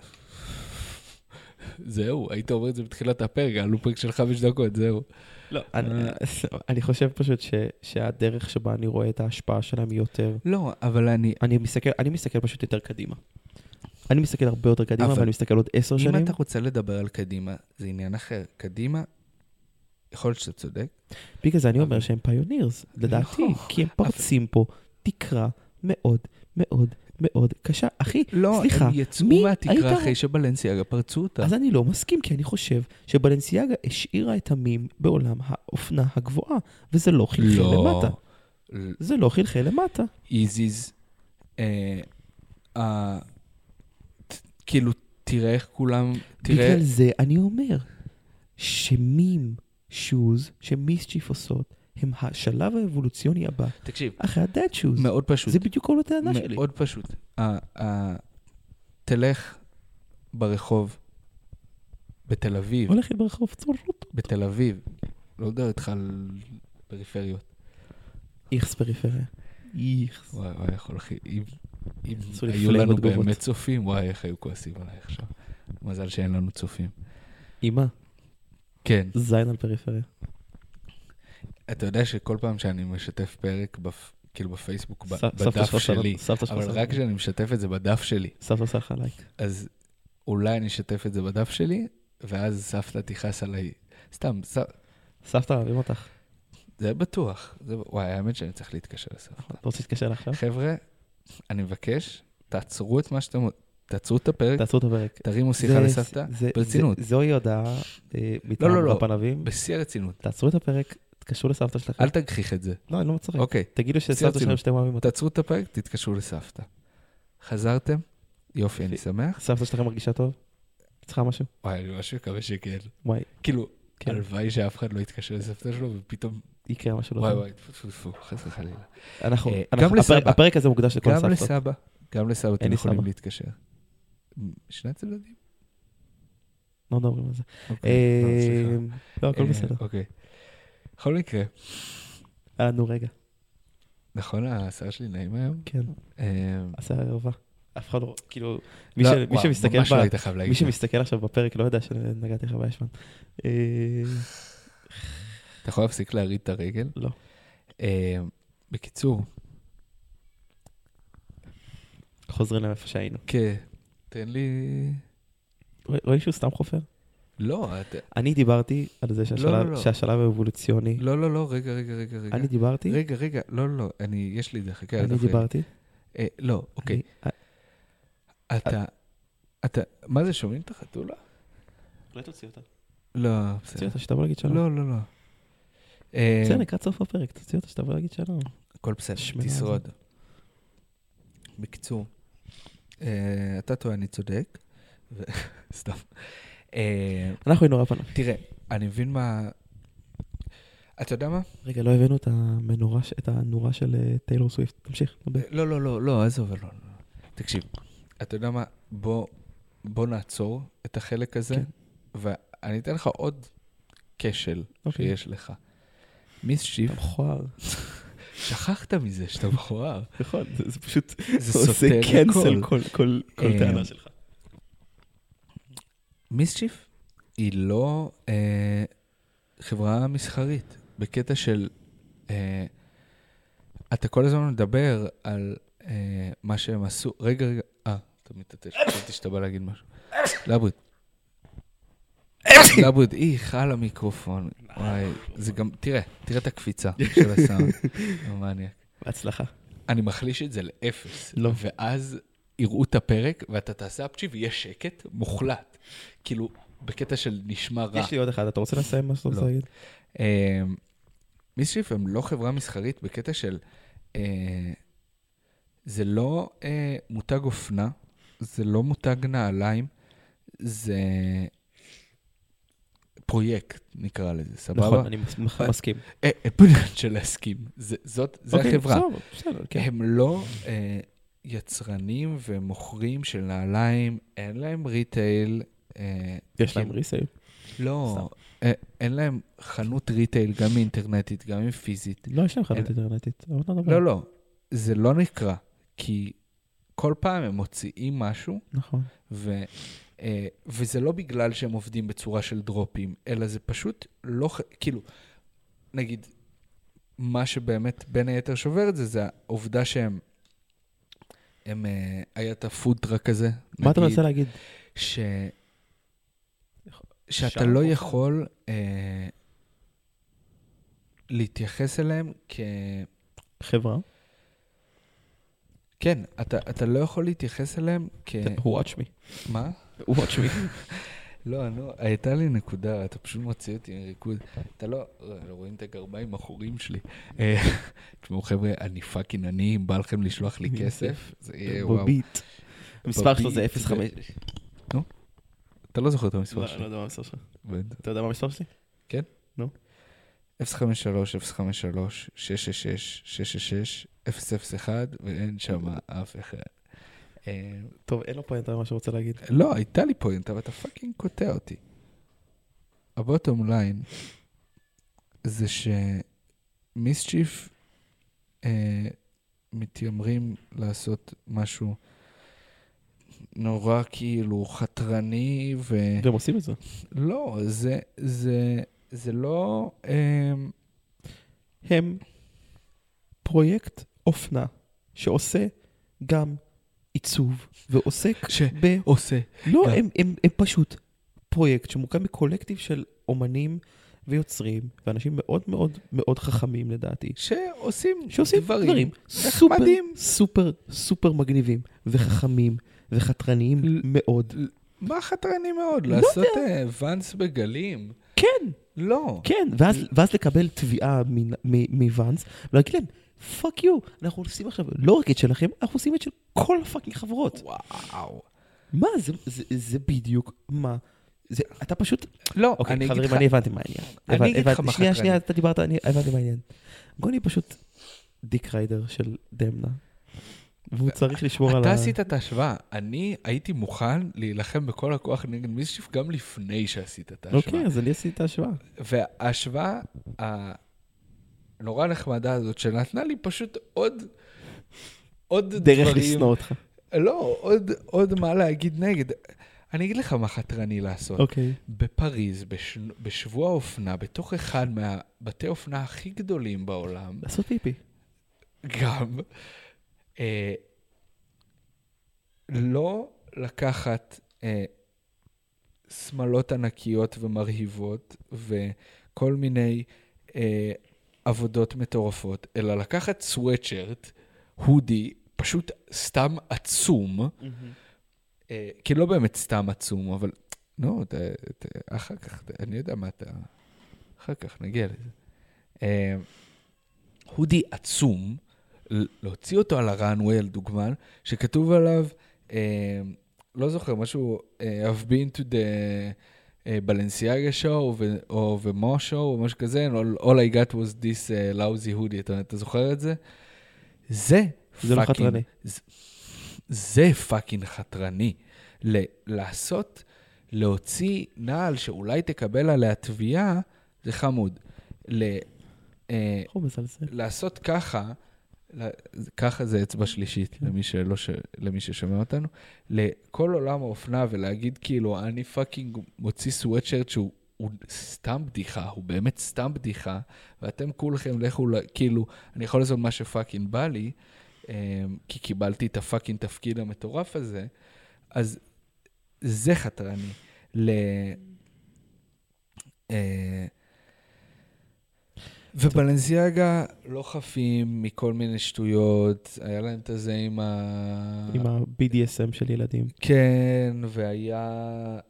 Speaker 2: זהו, היית אומר את זה בתחילת הפרק, הלופרק של 5 דקות, זהו.
Speaker 1: לא, אני חושב פשוט שהדרך שבה אני רואה את ההשפעה שלהם היא יותר...
Speaker 2: לא, אבל
Speaker 1: אני מסתכל פשוט יותר קדימה. אני מסתכל הרבה יותר קדימה, ואני מסתכל עוד 10 שנים.
Speaker 2: אם אתה רוצה לדבר על קדימה, זה עניין אחר. קדימה, יכול להיות שאתה צודק.
Speaker 1: בגלל זה אני אומר שהם פיונירס, לדעתי, כי הם פרצים פה תקרה מאוד מאוד מאוד קשה. אחי, סליחה,
Speaker 2: לא, הם יצאו מהתקרה אחרי שבלנסיאגה פרצו אותה.
Speaker 1: אז אני לא מסכים, כי אני חושב שבלנסיאגה השאירה את המים בעולם האופנה הגבוהה, וזה לא חלחל למטה. זה לא חלחל למטה.
Speaker 2: איזיז, כאילו, תראה איך כולם...
Speaker 1: בגלל זה אני אומר, שמים שוז, שמיסצ'יף עושות, הם השלב האבולוציוני הבא.
Speaker 2: תקשיב.
Speaker 1: אחרי ה-dead shoes.
Speaker 2: מאוד פשוט.
Speaker 1: זה בדיוק כל הטענה שלי.
Speaker 2: מאוד פשוט. תלך ברחוב בתל אביב.
Speaker 1: הולך ברחוב צורות.
Speaker 2: בתל אביב. לא יודע איתך על פריפריות.
Speaker 1: איכס פריפריה. איכס.
Speaker 2: וואי, יכול הכי... אם היו לנו באמת צופים, וואי, איך היו כועסים עליי עכשיו. מזל שאין לנו צופים.
Speaker 1: אימא.
Speaker 2: כן.
Speaker 1: זין על פריפריה.
Speaker 2: אתה יודע שכל פעם שאני משתף פרק, כאילו בפייסבוק, בדף שלי, אבל רק כשאני משתף את זה בדף שלי,
Speaker 1: סבתא עושה לך לייק.
Speaker 2: אז אולי אני אשתף את זה בדף שלי, ואז סבתא תיחס עליי. סתם,
Speaker 1: סבתא אוהבים אותך.
Speaker 2: זה בטוח. וואי, האמת שאני צריך להתקשר לסבתא.
Speaker 1: אתה רוצה להתקשר עכשיו?
Speaker 2: חבר'ה, אני מבקש, תעצרו את מה שאתם... תעצרו את הפרק.
Speaker 1: תעצרו את הפרק.
Speaker 2: תרימו שיחה לסבתא, ברצינות.
Speaker 1: זוהי הודעה מטעם בפנבים.
Speaker 2: בשיא הרצינות.
Speaker 1: תעצרו את הפרק, תתקשרו לסבתא שלכם.
Speaker 2: אל תגחיך את זה.
Speaker 1: לא, אני לא מצחק.
Speaker 2: אוקיי.
Speaker 1: תגידו שסבתא שלכם שאתם אוהבים אותה.
Speaker 2: תעצרו את הפרק, תתקשרו לסבתא. חזרתם? יופי, אני שמח.
Speaker 1: סבתא שלכם מרגישה טוב? צריכה משהו?
Speaker 2: וואי, אני ממש מקווה שכן.
Speaker 1: וואי.
Speaker 2: כאילו, הלוואי שאף אחד לא יתקשר לסבתא שלו, ופתאום...
Speaker 1: יקרה משהו לא טוב.
Speaker 2: וואי, תפו, חס וחלילה.
Speaker 1: הפרק הזה מוקדש לכל הסבתות.
Speaker 2: גם לסבא אתם יכולים להתקשר. שני הצדדים?
Speaker 1: לא מדברים על זה. לא, הכל בסדר.
Speaker 2: אוקיי. בכל מקרה.
Speaker 1: נו, רגע.
Speaker 2: נכון, השיער שלי נעים היום?
Speaker 1: כן. השיער ערבה. אף אחד לא, כאילו, מי שמסתכל עכשיו בפרק לא יודע שנגעתי לך בישמן.
Speaker 2: אתה יכול להפסיק להריד את הרגל?
Speaker 1: לא.
Speaker 2: בקיצור.
Speaker 1: חוזרים לאיפה שהיינו.
Speaker 2: כן. תן לי...
Speaker 1: רואים שהוא סתם חופר?
Speaker 2: לא.
Speaker 1: אני דיברתי על זה שהשלב האבולוציוני...
Speaker 2: לא, רגע.
Speaker 1: אני דיברתי?
Speaker 2: רגע, לא, יש לי דרך.
Speaker 1: אני דיברתי?
Speaker 2: לא, אוקיי. אתה, מה זה, שומעים את החתולה?
Speaker 1: אולי תוציא אותה.
Speaker 2: לא, בסדר.
Speaker 1: תוציא אותה שתבוא להגיד שלום.
Speaker 2: לא.
Speaker 1: בסדר, נקראת סוף הפרק, תוציא אותה שתבוא להגיד שלום.
Speaker 2: הכל בסדר, תשרוד. בקיצור, אתה טועה, אני צודק. סתם.
Speaker 1: אנחנו היינו רפנו.
Speaker 2: תראה, אני מבין מה... אתה יודע מה?
Speaker 1: רגע, לא הבאנו את הנורה של טיילור סוויפט. תמשיך.
Speaker 2: לא, עזוב, לא. תקשיב, אתה יודע מה? בוא נעצור את החלק הזה, ואני אתן לך עוד כשל שיש לך. מיסצ'יף.
Speaker 1: אתה מכוער.
Speaker 2: שכחת מזה שאתה מכוער.
Speaker 1: נכון, זה פשוט...
Speaker 2: זה סותר
Speaker 1: קנסל כל טענה שלך.
Speaker 2: מיסצ'יף היא לא חברה מסחרית, בקטע של, אתה כל הזמן מדבר על מה שהם עשו, רגע, אתה מתעטש, חשבתי שאתה בא להגיד משהו. לאבוד, חל המיקרופון, וואי, זה גם, תראה את הקפיצה של הסאונד, המניאק.
Speaker 1: בהצלחה.
Speaker 2: אני מחליש את זה לאפס, ואז יראו את הפרק, ואתה תעשה אפצ'י ויהיה שקט מוחלט, כאילו, בקטע של נשמע רע.
Speaker 1: יש לי עוד אחד, אתה רוצה לסיים מה שאתה רוצה להגיד?
Speaker 2: מיסשיף הם לא חברה מסחרית בקטע של, זה לא מותג אופנה, זה לא מותג נעליים, זה פרויקט, נקרא לזה, סבבה?
Speaker 1: נכון, אני מסכים.
Speaker 2: פונט של להסכים, זה החברה. הם לא יצרנים ומוכרים של נעליים, אין להם ריטייל.
Speaker 1: יש להם ריטייל?
Speaker 2: לא, אין להם חנות ריטייל, גם אינטרנטית, גם עם פיזית.
Speaker 1: לא, יש להם חנות אינטרנטית.
Speaker 2: לא, זה לא נקרא, כי כל פעם הם מוציאים משהו,
Speaker 1: נכון.
Speaker 2: וזה לא בגלל שהם עובדים בצורה של דרופים, אלא זה פשוט לא, כאילו, נגיד, מה שבאמת בין היתר שובר את זה, זה העובדה שהם, היה את הפודטראק הזה.
Speaker 1: מה אתה רוצה להגיד?
Speaker 2: שאתה לא יכול להתייחס אליהם
Speaker 1: חברה?
Speaker 2: כן, אתה לא יכול להתייחס אליהם
Speaker 1: watch me.
Speaker 2: מה?
Speaker 1: watch me.
Speaker 2: לא, הייתה לי נקודה, אתה פשוט מוציא אותי מריקוד. אתה לא רואים את הגרביים החורים שלי. תשמעו חבר'ה, אני פאקינג עני, בא לכם לשלוח לי כסף, זה יהיה וואו.
Speaker 1: בביט. המספר שלו זה 0.5.
Speaker 2: נו? אתה לא זוכר את המספר שלי.
Speaker 1: לא יודע מה המספר שלי. אתה יודע מה המספר שלי?
Speaker 2: כן.
Speaker 1: נו?
Speaker 2: 053, 053, 666, 666, 001, ואין שם אף אחד.
Speaker 1: טוב, אין לו פוינט על מה שרוצה להגיד.
Speaker 2: לא, הייתה לי פוינט, אבל אתה פאקינג קוטע אותי. הבוטום ליין זה שמיסצ'יף מתיימרים לעשות משהו נורא כאילו חתרני
Speaker 1: והם עושים את זה.
Speaker 2: לא, זה לא...
Speaker 1: הם פרויקט אופנה שעושה גם עיצוב ועוסק
Speaker 2: שעושה.
Speaker 1: לא, הם פשוט פרויקט שמוקם בקולקטיב של אומנים ויוצרים, ואנשים מאוד מאוד מאוד חכמים לדעתי.
Speaker 2: שעושים
Speaker 1: דברים סופר מגניבים וחכמים וחתרניים מאוד.
Speaker 2: מה חתרני מאוד? לעשות ואנס בגלים?
Speaker 1: כן.
Speaker 2: לא.
Speaker 1: כן, ואז לקבל תביעה מוואנס, ולהגיד להם, פאק יו, אנחנו עושים עכשיו לא רק את שלכם, אנחנו עושים את של כל הפאקינג חברות.
Speaker 2: וואו.
Speaker 1: מה? זה בדיוק מה? אתה פשוט...
Speaker 2: לא,
Speaker 1: אוקיי, חברים, אני הבנתי מה העניין.
Speaker 2: אני אגיד לך מה חתרני.
Speaker 1: שנייה, אתה דיברת, אני הבנתי מה העניין. גוני פשוט דיק ריידר של דמנה. והוא צריך לשמור על
Speaker 2: אתה עשית את ההשוואה. אני הייתי מוכן להילחם בכל הכוח נגד מיסשיף גם לפני שעשית את ההשוואה.
Speaker 1: אוקיי, אז אני עשיתי את ההשוואה.
Speaker 2: וההשוואה הנורא נחמדה הזאת שנתנה לי פשוט עוד
Speaker 1: דרך לשנוא אותך.
Speaker 2: לא, עוד מה להגיד נגד. אני אגיד לך מה חתרני לעשות.
Speaker 1: אוקיי.
Speaker 2: בפריז, בשבוע האופנה, בתוך אחד מהבתי אופנה הכי גדולים בעולם.
Speaker 1: לעשות פיפי.
Speaker 2: גם. לא לקחת שמלות ענקיות ומרהיבות וכל מיני עבודות מטורפות, אלא לקחת סוואטשרט, הודי, פשוט סתם עצום, כי לא באמת סתם עצום, אבל לא, אחר כך, אני יודע מה אתה, אחר כך נגיע לזה. הודי עצום, להוציא אותו על הרנווי, על דוגמן, שכתוב עליו, לא זוכר, משהו, I've been to the Balenciaga show, או the Mo show, או משהו כזה, all I got was this lousy hoodie, אתה זוכר את זה? זה
Speaker 1: לא חתרני.
Speaker 2: זה פאקינג חתרני. לעשות, להוציא נעל שאולי תקבל עליה תביעה, זה חמוד. לעשות ככה, ככה זה אצבע שלישית, למי ששומע אותנו, לכל עולם האופנה ולהגיד כאילו, אני פאקינג מוציא סוואטשרט שהוא סתם בדיחה, הוא באמת סתם בדיחה, ואתם כולכם לכו, כאילו, אני יכול לעשות מה שפאקינג בא לי, כי קיבלתי את הפאקינג תפקיד המטורף הזה, אז זה חתרני. ובלנסיאגה לא חפים מכל מיני שטויות, היה להם את זה עם
Speaker 1: ה-BDSM של ילדים.
Speaker 2: כן, והיה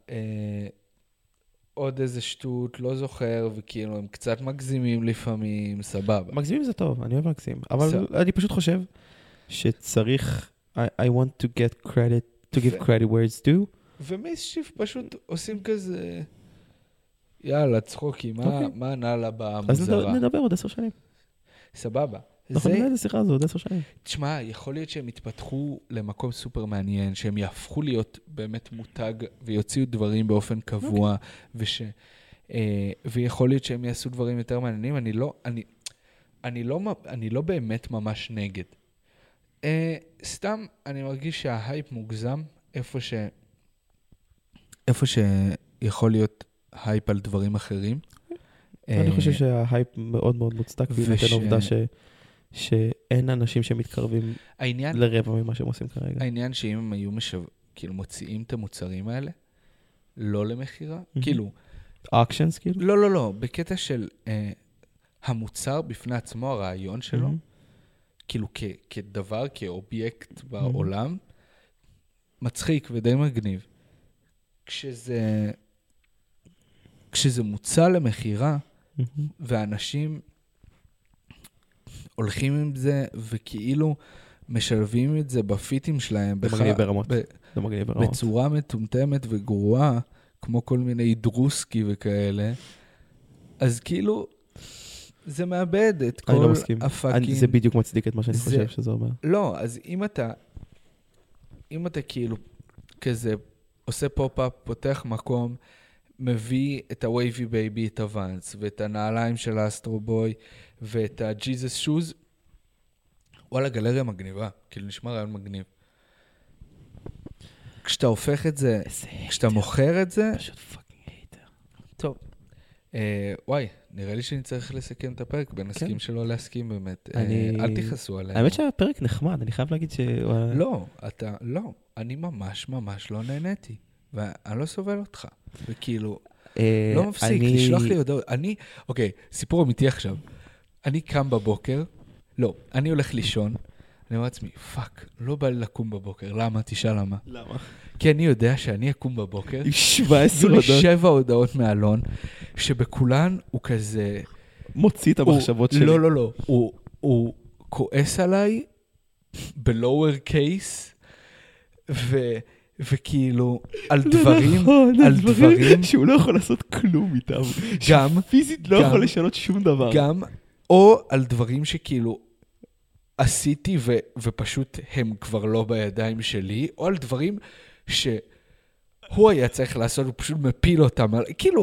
Speaker 2: עוד איזה שטות, לא זוכר, וכאילו הם קצת מגזימים לפעמים, סבבה.
Speaker 1: מגזימים זה טוב, אני אוהב מגזים, אבל אני פשוט חושב שצריך, I want to get credit, to give credit where it's due.
Speaker 2: ומיסשיף פשוט עושים כזה, יאללה, צחוקי, מה נעלה במוזרה?
Speaker 1: אז נדבר עוד 10 שנים.
Speaker 2: סבבה.
Speaker 1: אנחנו נראה את השיחה הזו עוד 10 שנים.
Speaker 2: תשמע, יכול להיות שהם יתפתחו למקום סופר מעניין, שהם יהפכו להיות באמת מותג, ויוציאו דברים באופן קבוע, ויכול להיות שהם יעשו דברים יותר מעניינים. אני לא באמת ממש נגד. סתם, אני מרגיש שההייפ מוגזם, איפה שיכול להיות הייפ על דברים אחרים.
Speaker 1: אני חושב שההייפ מאוד מאוד מוצדק, והיא נותן עובדה שאין אנשים שמתקרבים לרבע ממה שהם עושים כרגע.
Speaker 2: העניין שאם הם היו כאילו מוציאים את המוצרים האלה, לא למחירה, כאילו...
Speaker 1: אקשנס כאילו?
Speaker 2: לא, לא, בקטע של המוצר בפני עצמו, הרעיון שלו, כאילו כדבר, כאובייקט בעולם, מצחיק ודי מגניב. כשזה מוצא למחירה, ואנשים הולכים עם זה, וכאילו משלבים את זה בפיטים שלהם, בצורה מטומטמת וגרועה, כמו כל מיני דרוסקי וכאלה, אז כאילו, זה מאבד את כל הפאקינג.
Speaker 1: זה בדיוק מצדיק את מה שאני חושב שזה אומר.
Speaker 2: לא, אז אם אתה כאילו כזה עושה פופ-אפ, פותח מקום, מביא את ה-Wavy Baby, את הוואנס, ואת הנעליים של האסטרובוי, ואת ה-Jesus Shoes, וואלה, גלריה מגניבה, כאילו נשמע רעיון מגניב. כשאתה הופך את זה, כשאתה מוכר את זה...
Speaker 1: פשוט פאקינג הייטר.
Speaker 2: טוב. וואי, נראה לי שאני צריך לסכם את הפרק, ונסכים שלא להסכים באמת. אל תכעסו עלינו.
Speaker 1: האמת שהפרק נחמד, אני חייב להגיד ש...
Speaker 2: לא, אני ממש ממש לא נהניתי, ואני לא סובל אותך. וכאילו, לא מפסיק, לשלוח לי הודעות. אוקיי, סיפור אמיתי עכשיו. אני קם בבוקר, לא, אני הולך לישון, אני אומר לעצמי, פאק, לא בא לי לקום בבוקר. למה? תשאל למה.
Speaker 1: למה? כי
Speaker 2: אני יודע שאני אקום בבוקר.
Speaker 1: 17 הודעות.
Speaker 2: 7 הודעות מאלון, שבכולן הוא כזה...
Speaker 1: מוציא את המחשבות שלי.
Speaker 2: לא. הוא כועס עליי, בלואוור קייס, וכאילו, על דברים, על דברים...
Speaker 1: שהוא לא יכול לעשות כלום איתם.
Speaker 2: גם...
Speaker 1: פיזית לא יכול לשנות שום דבר.
Speaker 2: גם, או על דברים שכאילו... עשיתי ופשוט הם כבר לא בידיים שלי, או על דברים שהוא היה צריך לעשות, הוא פשוט מפיל אותם, כאילו...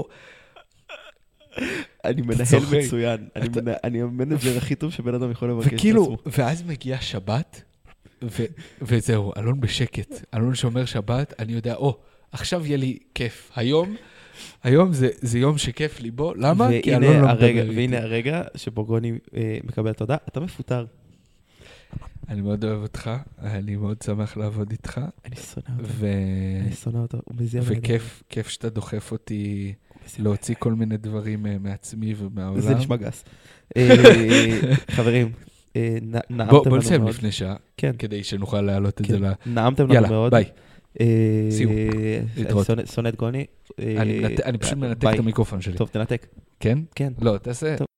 Speaker 1: אני מנהל מצוין, אני המנג'ר הכי טוב שבן אדם יכול לבקש את עצמו.
Speaker 2: ואז מגיע שבת, וזהו, אלון בשקט, אלון שומר שבת, אני יודע, עכשיו יהיה לי כיף, היום זה יום שכיף לי בו, למה? כי אלון לא מדבר איתי.
Speaker 1: והנה הרגע שבו גוני מקבל תודה, אתה מפוטר.
Speaker 2: אני מאוד אוהב אותך, אני מאוד שמח לעבוד איתך.
Speaker 1: אני שונא אותו, הוא מזיע
Speaker 2: בידיים. וכיף שאתה דוחף אותי להוציא כל מיני דברים מעצמי ומהעולם.
Speaker 1: זה נשמע גס. חברים, נעמתם לנו מאוד.
Speaker 2: בוא נסיים לפני שעה, כדי שנוכל להעלות את זה.
Speaker 1: נעמתם לנו מאוד.
Speaker 2: יאללה, ביי. סיום.
Speaker 1: שונא את גוני.
Speaker 2: אני פשוט מנתק את המיקרופון שלי.
Speaker 1: טוב, תנתק.
Speaker 2: כן?
Speaker 1: כן.
Speaker 2: לא, תעשה.